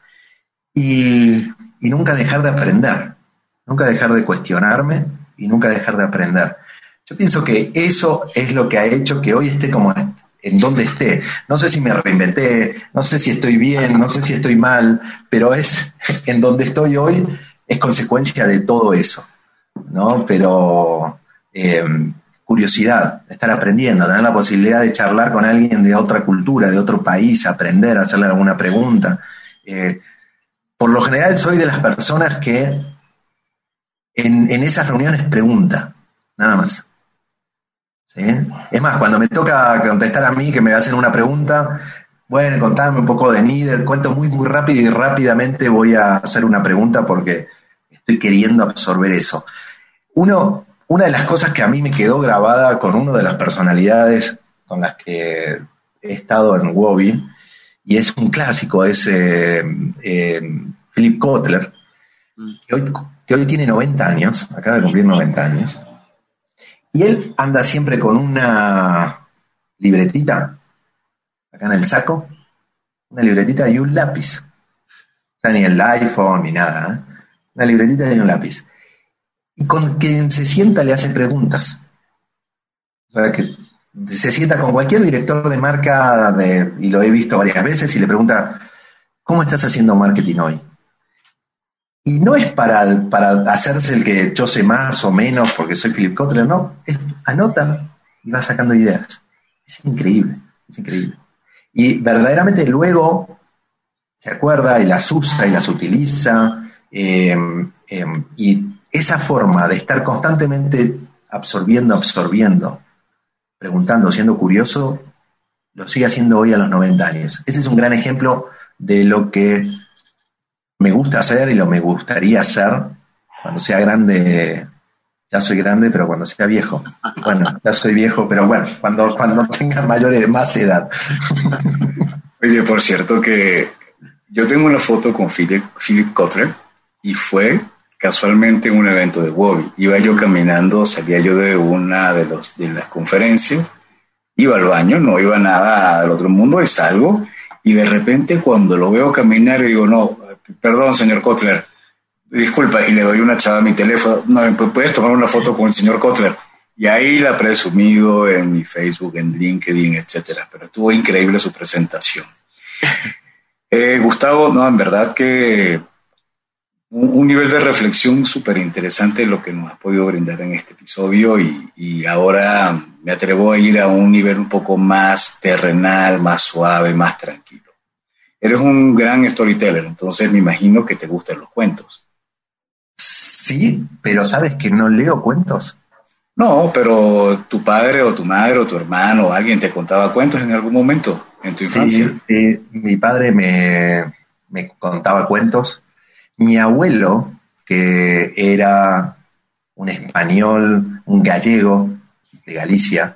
Y, y nunca dejar de aprender, nunca dejar de cuestionarme y nunca dejar de aprender. Yo pienso que eso es lo que ha hecho que hoy esté como en donde esté. No sé si me reinventé, no sé si estoy bien, no sé si estoy mal, pero es en donde estoy hoy. Es consecuencia de todo eso, ¿no? Pero eh, curiosidad, estar aprendiendo, tener la posibilidad de charlar con alguien de otra cultura, de otro país, aprender, hacerle alguna pregunta. Eh, por lo general soy de las personas que en, en esas reuniones pregunta, nada más. ¿sí? Es más, cuando me toca contestar a mí, que me hacen una pregunta, bueno, contame un poco de Needed, cuento muy, muy rápido y rápidamente voy a hacer una pregunta porque estoy queriendo absorber eso. Uno, una de las cosas que a mí me quedó grabada con una de las personalidades con las que he estado en Wobby, y es un clásico, es eh, eh, Philip Kotler, que hoy, que hoy tiene noventa años, acaba de cumplir noventa años, y él anda siempre con una libretita, acá en el saco, una libretita y un lápiz. O sea, ni el iPhone ni nada, ¿eh? Una libretita y un lápiz. Y con quien se sienta le hace preguntas. O sea, que se sienta con cualquier director de marca, de, y lo he visto varias veces, y le pregunta, ¿cómo estás haciendo marketing hoy? Y no es para, para hacerse el que yo sé más o menos porque soy Philip Kotler, no. Es, anota y va sacando ideas. Es increíble, es increíble. Y verdaderamente luego se acuerda y las usa y las utiliza. Eh, eh, y esa forma de estar constantemente absorbiendo, absorbiendo, preguntando, siendo curioso, lo sigue haciendo hoy a los noventa años. Ese es un gran ejemplo de lo que me gusta hacer y lo me gustaría hacer cuando sea grande. Ya soy grande, pero cuando sea viejo. Bueno, ya soy viejo, pero bueno, cuando, cuando tenga mayores, más edad. Oye, por cierto que yo tengo una foto con Philip, Philip Kotler y fue casualmente en un evento de Wobby. Iba yo caminando, salía yo de una de, los, de las conferencias, iba al baño, no iba nada del otro mundo y salgo y de repente cuando lo veo caminar digo, no, perdón, señor Kotler, disculpa, y le doy una chava a mi teléfono, no, ¿puedes tomar una foto con el señor Kotler? Y ahí la he presumido en mi Facebook, en LinkedIn, etcétera. Pero estuvo increíble su presentación. eh, Gustavo, no, en verdad que un, un nivel de reflexión súper interesante lo que nos has podido brindar en este episodio y, y ahora me atrevo a ir a un nivel un poco más terrenal, más suave, más tranquilo. Eres un gran storyteller, entonces me imagino que te gustan los cuentos. Sí, pero ¿sabes que no leo cuentos? No, pero tu padre o tu madre o tu hermano o alguien te contaba cuentos en algún momento en tu infancia. Sí, sí, mi padre me, me contaba cuentos. Mi abuelo, que era un español, un gallego de Galicia,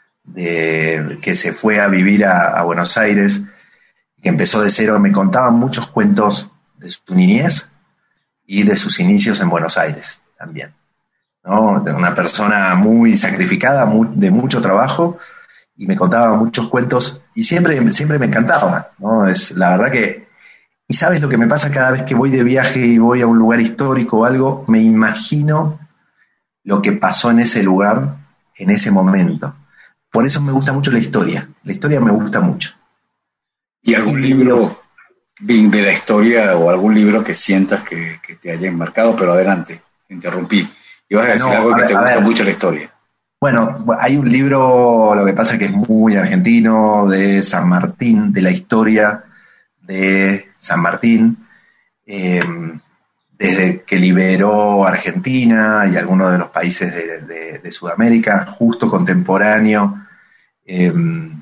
de, que se fue a vivir a, a Buenos Aires, que empezó de cero, me contaba muchos cuentos de su niñez y de sus inicios en Buenos Aires también, ¿no? De una persona muy sacrificada, muy, de mucho trabajo, y me contaba muchos cuentos y siempre, siempre me encantaba, ¿no? Es la verdad que, y sabes lo que me pasa cada vez que voy de viaje y voy a un lugar histórico o algo, me imagino lo que pasó en ese lugar, en ese momento. Por eso me gusta mucho la historia, la historia me gusta mucho. ¿Y algún libro de la historia o algún libro que sientas que, que te haya enmarcado? Pero adelante, te interrumpí. Ibas a decir no, algo a que ver, te gusta ver. mucho la historia. Bueno, hay un libro, lo que pasa es que es muy argentino, de San Martín, de la historia de San Martín, eh, desde que liberó Argentina y algunos de los países de, de, de Sudamérica, justo contemporáneo eh,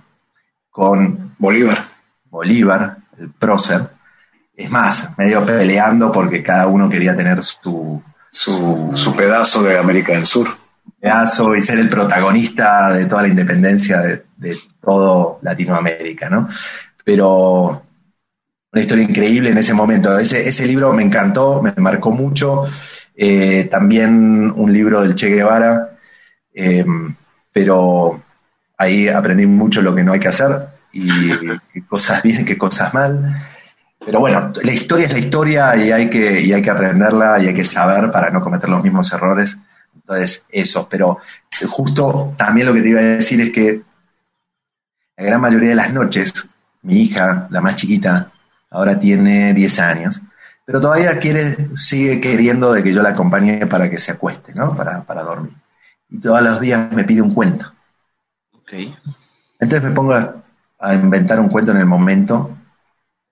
con Bolívar. Bolívar, el prócer. Es más, medio peleando porque cada uno quería tener su, su, su pedazo de América del Sur. Pedazo y ser el protagonista de toda la independencia de, de todo Latinoamérica, ¿no? Pero una historia increíble en ese momento. Ese, ese libro me encantó, me marcó mucho. Eh, también un libro del Che Guevara, eh, pero ahí aprendí mucho lo que no hay que hacer y qué cosas bien, qué cosas mal. Pero bueno, la historia es la historia y hay que, y hay que aprenderla y hay que saber para no cometer los mismos errores. Entonces, eso. Pero justo también lo que te iba a decir es que la gran mayoría de las noches, mi hija, la más chiquita, ahora tiene diez años, pero todavía quiere, sigue queriendo de que yo la acompañe para que se acueste, ¿no? Para, para dormir. Y todos los días me pide un cuento. Okay. Entonces me pongo a, a inventar un cuento en el momento.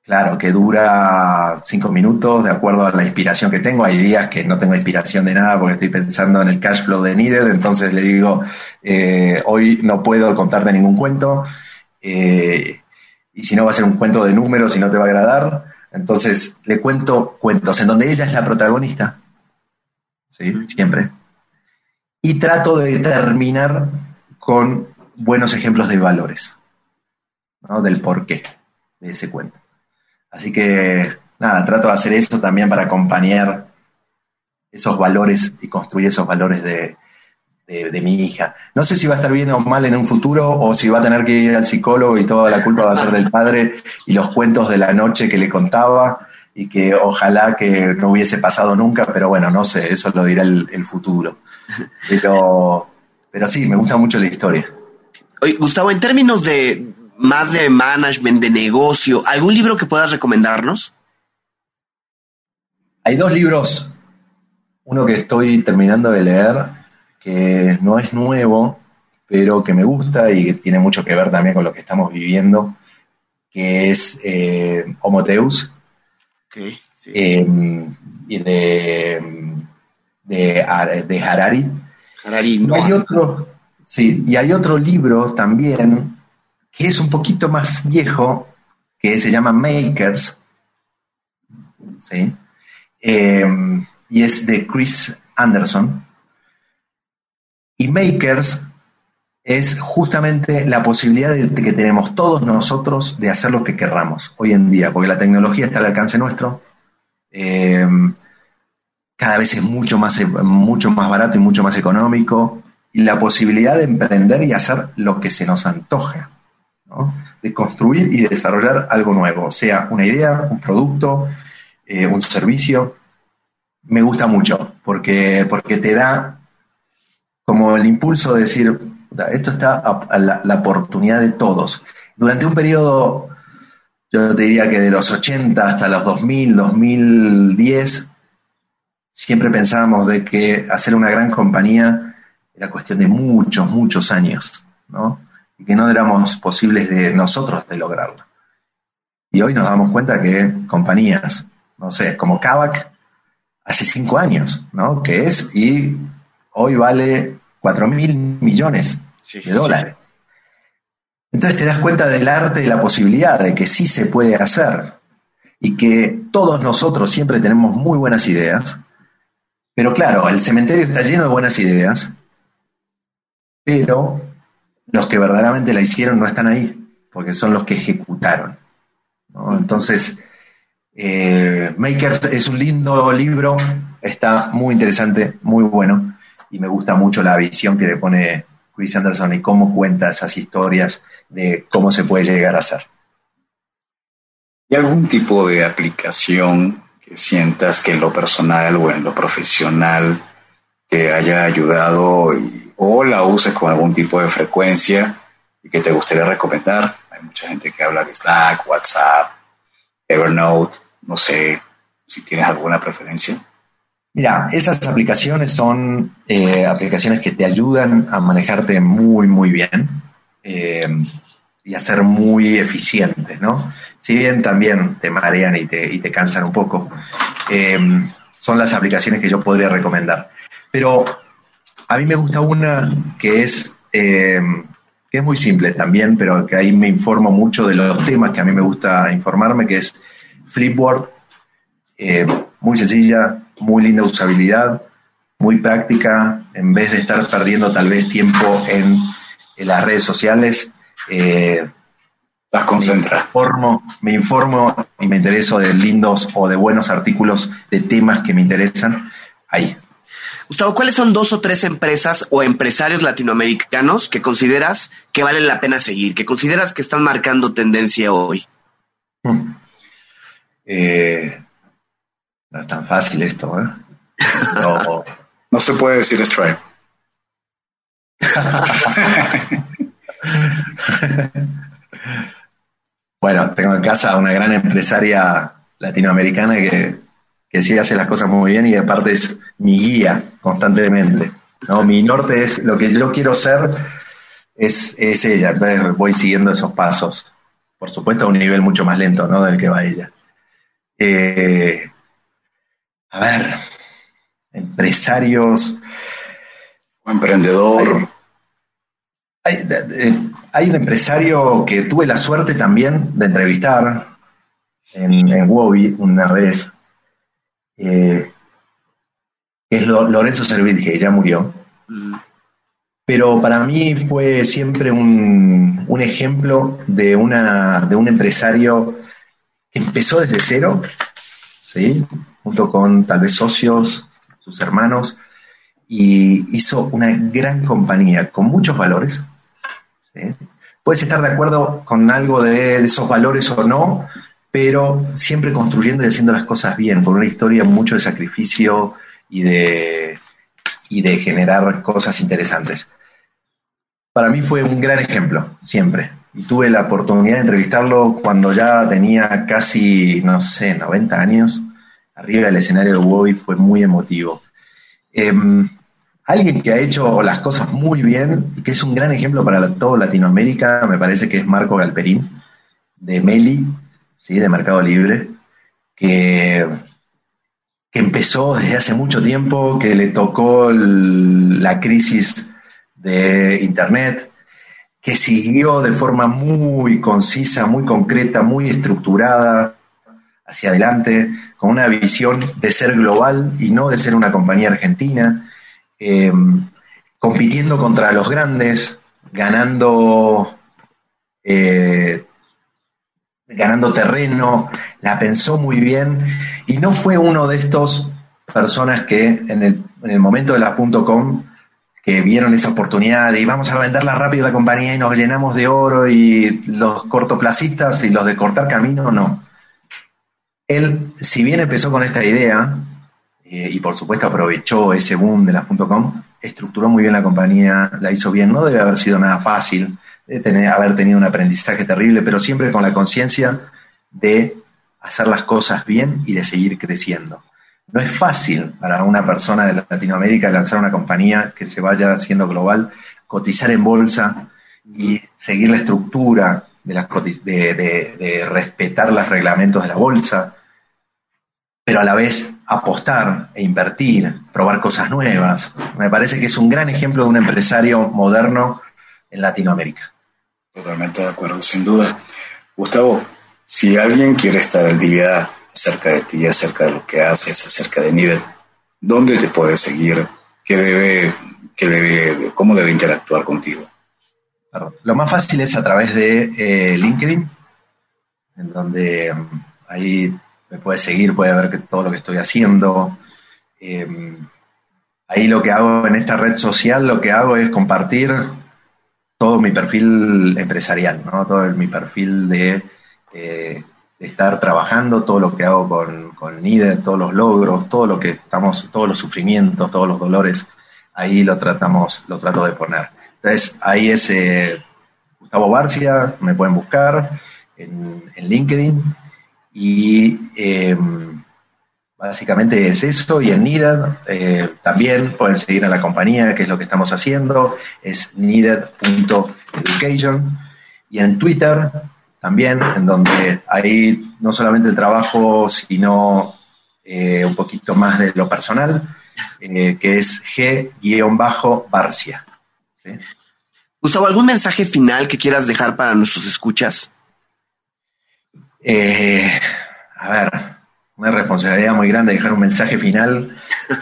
claro, que dura cinco minutos de acuerdo a la inspiración que tengo. Hay días que no tengo inspiración de nada porque estoy pensando en el cash flow de Needed, entonces le digo, eh, hoy no puedo contarte ningún cuento, eh, y si no va a ser un cuento de números y no te va a agradar. Entonces le cuento cuentos en donde ella es la protagonista, ¿sí? Siempre. Y trato de terminar con buenos ejemplos de valores, ¿no? Del porqué de ese cuento. Así que, nada, trato de hacer eso también para acompañar esos valores y construir esos valores de, de, de mi hija. No sé si va a estar bien o mal en un futuro, o si va a tener que ir al psicólogo y toda la culpa va a ser del padre y los cuentos de la noche que le contaba y que ojalá que no hubiese pasado nunca, pero bueno, no sé, eso lo dirá el, el futuro. Pero, pero sí, me gusta mucho la historia. Oye, Gustavo, en términos de más de management, de negocio, ¿algún libro que puedas recomendarnos? Hay dos libros, uno que estoy terminando de leer, que no es nuevo, pero que me gusta y que tiene mucho que ver también con lo que estamos viviendo, que es eh, Homo Deus, okay, sí, eh, y de, de, de Harari. Harari, no. Y hay otro, sí, y hay otro libro también que es un poquito más viejo, que se llama Makers, ¿sí? Eh, y es de Chris Anderson. Y Makers es justamente la posibilidad de, de que tenemos todos nosotros de hacer lo que querramos hoy en día, porque la tecnología está al alcance nuestro. Eh, cada vez es mucho más, mucho más barato y mucho más económico, y la posibilidad de emprender y hacer lo que se nos antoja, ¿no? De construir y desarrollar algo nuevo, sea una idea, un producto, eh, un servicio. Me gusta mucho porque, porque te da como el impulso de decir, esto está a, a la, la oportunidad de todos. Durante un periodo, yo te diría que de los ochenta hasta los dos mil, dos mil diez, siempre pensábamos de que hacer una gran compañía era cuestión de muchos, muchos años, ¿no? Y que no éramos posibles de nosotros de lograrlo. Y hoy nos damos cuenta que compañías, no sé, como Kavak, hace cinco años, ¿no? Que es, y hoy vale cuatro mil millones de dólares. Entonces te das cuenta del arte y la posibilidad de que sí se puede hacer, y que todos nosotros siempre tenemos muy buenas ideas, pero claro, el cementerio está lleno de buenas ideas, pero los que verdaderamente la hicieron no están ahí, porque son los que ejecutaron, ¿no? Entonces, eh, Makers es un lindo libro, está muy interesante, muy bueno, y me gusta mucho la visión que le pone Chris Anderson y cómo cuenta esas historias de cómo se puede llegar a hacer. ¿Y algún tipo de aplicación que sientas que en lo personal o en lo profesional te haya ayudado y o la uses con algún tipo de frecuencia y que te gustaría recomendar? Hay mucha gente que habla de Slack, WhatsApp, Evernote, no sé si tienes alguna preferencia. Mira, esas aplicaciones son eh, aplicaciones que te ayudan a manejarte muy, muy bien, eh, y a ser muy eficientes, ¿no? Si bien también te marean y te, y te cansan un poco, eh, son las aplicaciones que yo podría recomendar. Pero a mí me gusta una que es, eh, que es muy simple también, pero que ahí me informo mucho de los temas que a mí me gusta informarme, que es Flipboard. Eh, muy sencilla, muy linda usabilidad, muy práctica. En vez de estar perdiendo tal vez tiempo en, en las redes sociales, eh, las concentra. Me informo, me informo y me intereso de lindos o de buenos artículos de temas que me interesan ahí. Gustavo, ¿cuáles son dos o tres empresas o empresarios latinoamericanos que consideras que valen la pena seguir, que consideras que están marcando tendencia hoy? Hmm. Eh, no es tan fácil esto, ¿eh? No, no se puede decir Stripe. Bueno, tengo en casa una gran empresaria latinoamericana que, que sí hace las cosas muy bien y aparte es mi guía constantemente, ¿no? Mi norte es lo que yo quiero ser, es, es ella, entonces voy siguiendo esos pasos. por supuesto, a un nivel mucho más lento, ¿no?, del que va ella. Eh, a ver, empresarios... O emprendedor... Hay, hay, hay un empresario que tuve la suerte también de entrevistar en, en Wobby una vez, eh, que es Lorenzo Servit, que ya murió. Mm. Pero para mí fue siempre un, un ejemplo de, una, de un empresario que empezó desde cero, ¿sí?, junto con tal vez socios, sus hermanos, y hizo una gran compañía con muchos valores. ¿Sí? Puedes estar de acuerdo con algo de, de esos valores o no, pero siempre construyendo y haciendo las cosas bien, con una historia mucho de sacrificio y de, y de generar cosas interesantes. Para mí fue un gran ejemplo, siempre. Y tuve la oportunidad de entrevistarlo cuando ya tenía casi, no sé, noventa años. Arriba del escenario de Wobby, fue muy emotivo. Eh, alguien que ha hecho las cosas muy bien y que es un gran ejemplo para la, toda Latinoamérica, me parece que es Marco Galperín, de Meli, ¿sí?, de Mercado Libre, que, que empezó desde hace mucho tiempo, que le tocó el, la crisis de Internet, que siguió de forma muy concisa, muy concreta, muy estructurada hacia adelante, con una visión de ser global y no de ser una compañía argentina, eh, compitiendo contra los grandes, ganando, eh, ganando terreno, la pensó muy bien y no fue uno de estos personas que en el, en el momento de la .com que vieron esa oportunidad y vamos a venderla rápido la compañía y nos llenamos de oro, y los cortoplacistas y los de cortar camino, no. Él, si bien empezó con esta idea, eh, y por supuesto aprovechó ese boom de la .com, estructuró muy bien la compañía, la hizo bien, no debe haber sido nada fácil, debe tener, haber tenido un aprendizaje terrible, pero siempre con la conciencia de hacer las cosas bien y de seguir creciendo. No es fácil para una persona de Latinoamérica lanzar una compañía que se vaya haciendo global, cotizar en bolsa y seguir la estructura de, las cotiz- de, de, de respetar los reglamentos de la bolsa, pero a la vez apostar e invertir, probar cosas nuevas. Me parece que es un gran ejemplo de un empresario moderno en Latinoamérica. Totalmente de acuerdo, sin duda. Gustavo, si alguien quiere estar al día acerca de ti, acerca de lo que haces, acerca de Needed, ¿dónde te puede seguir? ¿Qué debe, qué debe, cómo debe interactuar contigo? Lo más fácil es a través de eh, LinkedIn, en donde um, ahí me puede seguir, puede ver que, todo lo que estoy haciendo. Eh, ahí lo que hago en esta red social, lo que hago es compartir todo mi perfil empresarial, ¿no? Todo mi perfil de... Eh, de estar trabajando, todo lo que hago con, con Needed, todos los logros, todo lo que estamos, todos los sufrimientos, todos los dolores, ahí lo tratamos, lo trato de poner. Entonces, ahí es eh, Gustavo Barcia, me pueden buscar en, en LinkedIn, y eh, básicamente es eso, y en Needed eh, también pueden seguir a la compañía, que es lo que estamos haciendo, es needed punto education, y en Twitter también, en donde hay no solamente el trabajo, sino eh, un poquito más de lo personal, eh, que es G-Barcia. ¿Sí? Gustavo, ¿algún mensaje final que quieras dejar para nuestros escuchas? Eh, a ver, una responsabilidad muy grande dejar un mensaje final,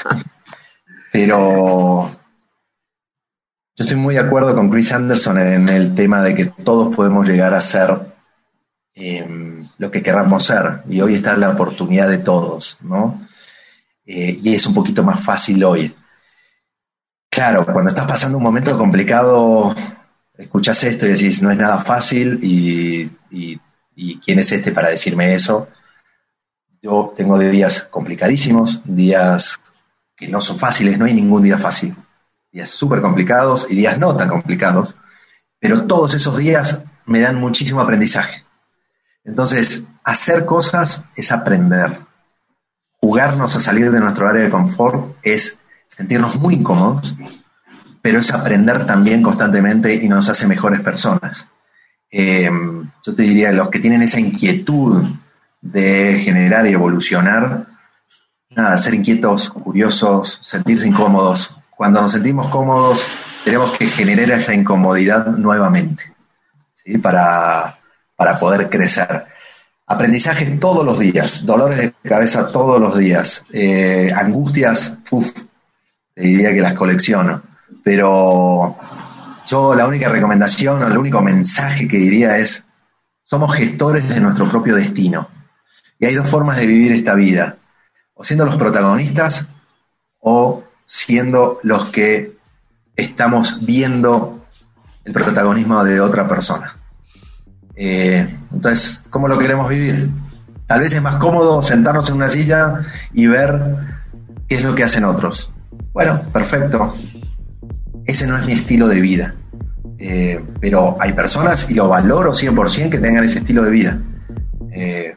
pero yo estoy muy de acuerdo con Chris Anderson en el tema de que todos podemos llegar a ser Eh, lo que querramos ser, y hoy está la oportunidad de todos, ¿no? Eh, y es un poquito más fácil hoy. Claro, cuando estás pasando un momento complicado, escuchás esto y decís, no es nada fácil, y, y, y ¿quién es este para decirme eso? Yo tengo días complicadísimos, días que no son fáciles, no hay ningún día fácil, días súper complicados y días no tan complicados, pero todos esos días me dan muchísimo aprendizaje. Entonces, hacer cosas es aprender. Jugarnos a salir de nuestro área de confort es sentirnos muy incómodos, pero es aprender también constantemente y nos hace mejores personas. Eh, yo te diría, los que tienen esa inquietud de generar y evolucionar, nada, ser inquietos, curiosos, sentirse incómodos. Cuando nos sentimos cómodos, tenemos que generar esa incomodidad nuevamente, ¿sí? Para, para poder crecer. Aprendizajes todos los días, dolores de cabeza todos los días, eh, angustias, uf, te diría que las colecciono. Pero yo la única recomendación, o el único mensaje que diría es, somos gestores de nuestro propio destino. Y hay dos formas de vivir esta vida, o siendo los protagonistas o siendo los que estamos viendo el protagonismo de otra persona. Eh, entonces, ¿cómo lo queremos vivir? Tal vez es más cómodo sentarnos en una silla y ver qué es lo que hacen otros. Bueno, perfecto. Ese no es mi estilo de vida. Eh, pero hay personas, y lo valoro cien por ciento, que tengan ese estilo de vida. Eh,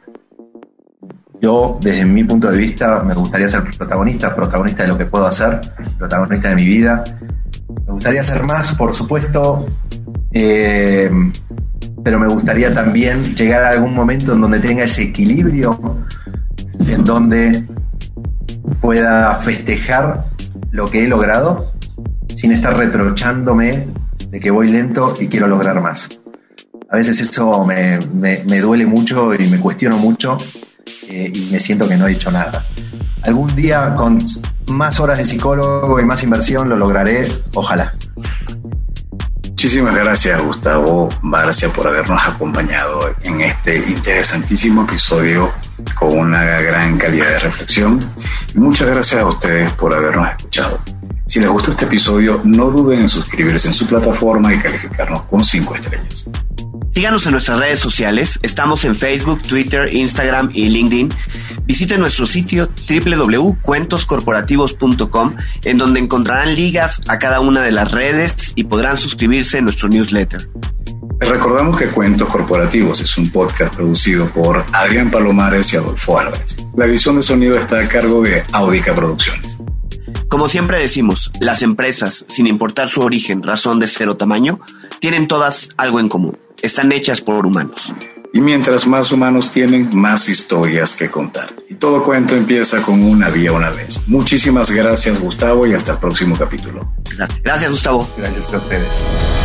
yo, desde mi punto de vista, me gustaría ser protagonista, protagonista de lo que puedo hacer, protagonista de mi vida. Me gustaría ser más, por supuesto, eh, pero me gustaría también llegar a algún momento en donde tenga ese equilibrio, en donde pueda festejar lo que he logrado sin estar reprochándome de que voy lento y quiero lograr más. A veces eso me, me, me duele mucho y me cuestiono mucho, eh, y me siento que no he hecho nada. Algún día, con más horas de psicólogo y más inversión, lo lograré, ojalá. Muchísimas gracias, Gustavo Barcia, por habernos acompañado en este interesantísimo episodio con una gran calidad de reflexión. Y muchas gracias a ustedes por habernos escuchado. Si les gustó este episodio, no duden en suscribirse en su plataforma y calificarnos con cinco estrellas. Síganos en nuestras redes sociales. Estamos en Facebook, Twitter, Instagram y LinkedIn. Visiten nuestro sitio doble u doble u doble u punto cuentos corporativos punto com, en donde encontrarán ligas a cada una de las redes y podrán suscribirse en nuestro newsletter. Les recordamos que Cuentos Corporativos es un podcast producido por Adrián Palomares y Adolfo Álvarez. La edición de sonido está a cargo de Audica Producciones. Como siempre decimos, las empresas, sin importar su origen, razón de ser o tamaño, tienen todas algo en común. Están hechas por humanos. Y mientras más humanos tienen, más historias que contar. Y todo cuento empieza con una vía una vez. Muchísimas gracias, Gustavo, y hasta el próximo capítulo. Gracias, gracias Gustavo. Gracias a ustedes.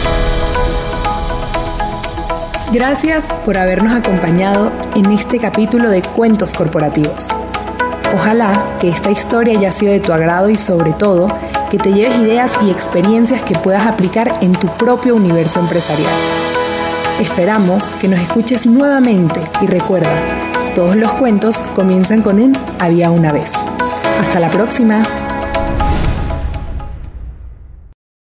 Gracias por habernos acompañado en este capítulo de Cuentos Corporativos. Ojalá que esta historia haya sido de tu agrado y, sobre todo, que te lleves ideas y experiencias que puedas aplicar en tu propio universo empresarial. Esperamos que nos escuches nuevamente y recuerda, todos los cuentos comienzan con un había una vez. Hasta la próxima.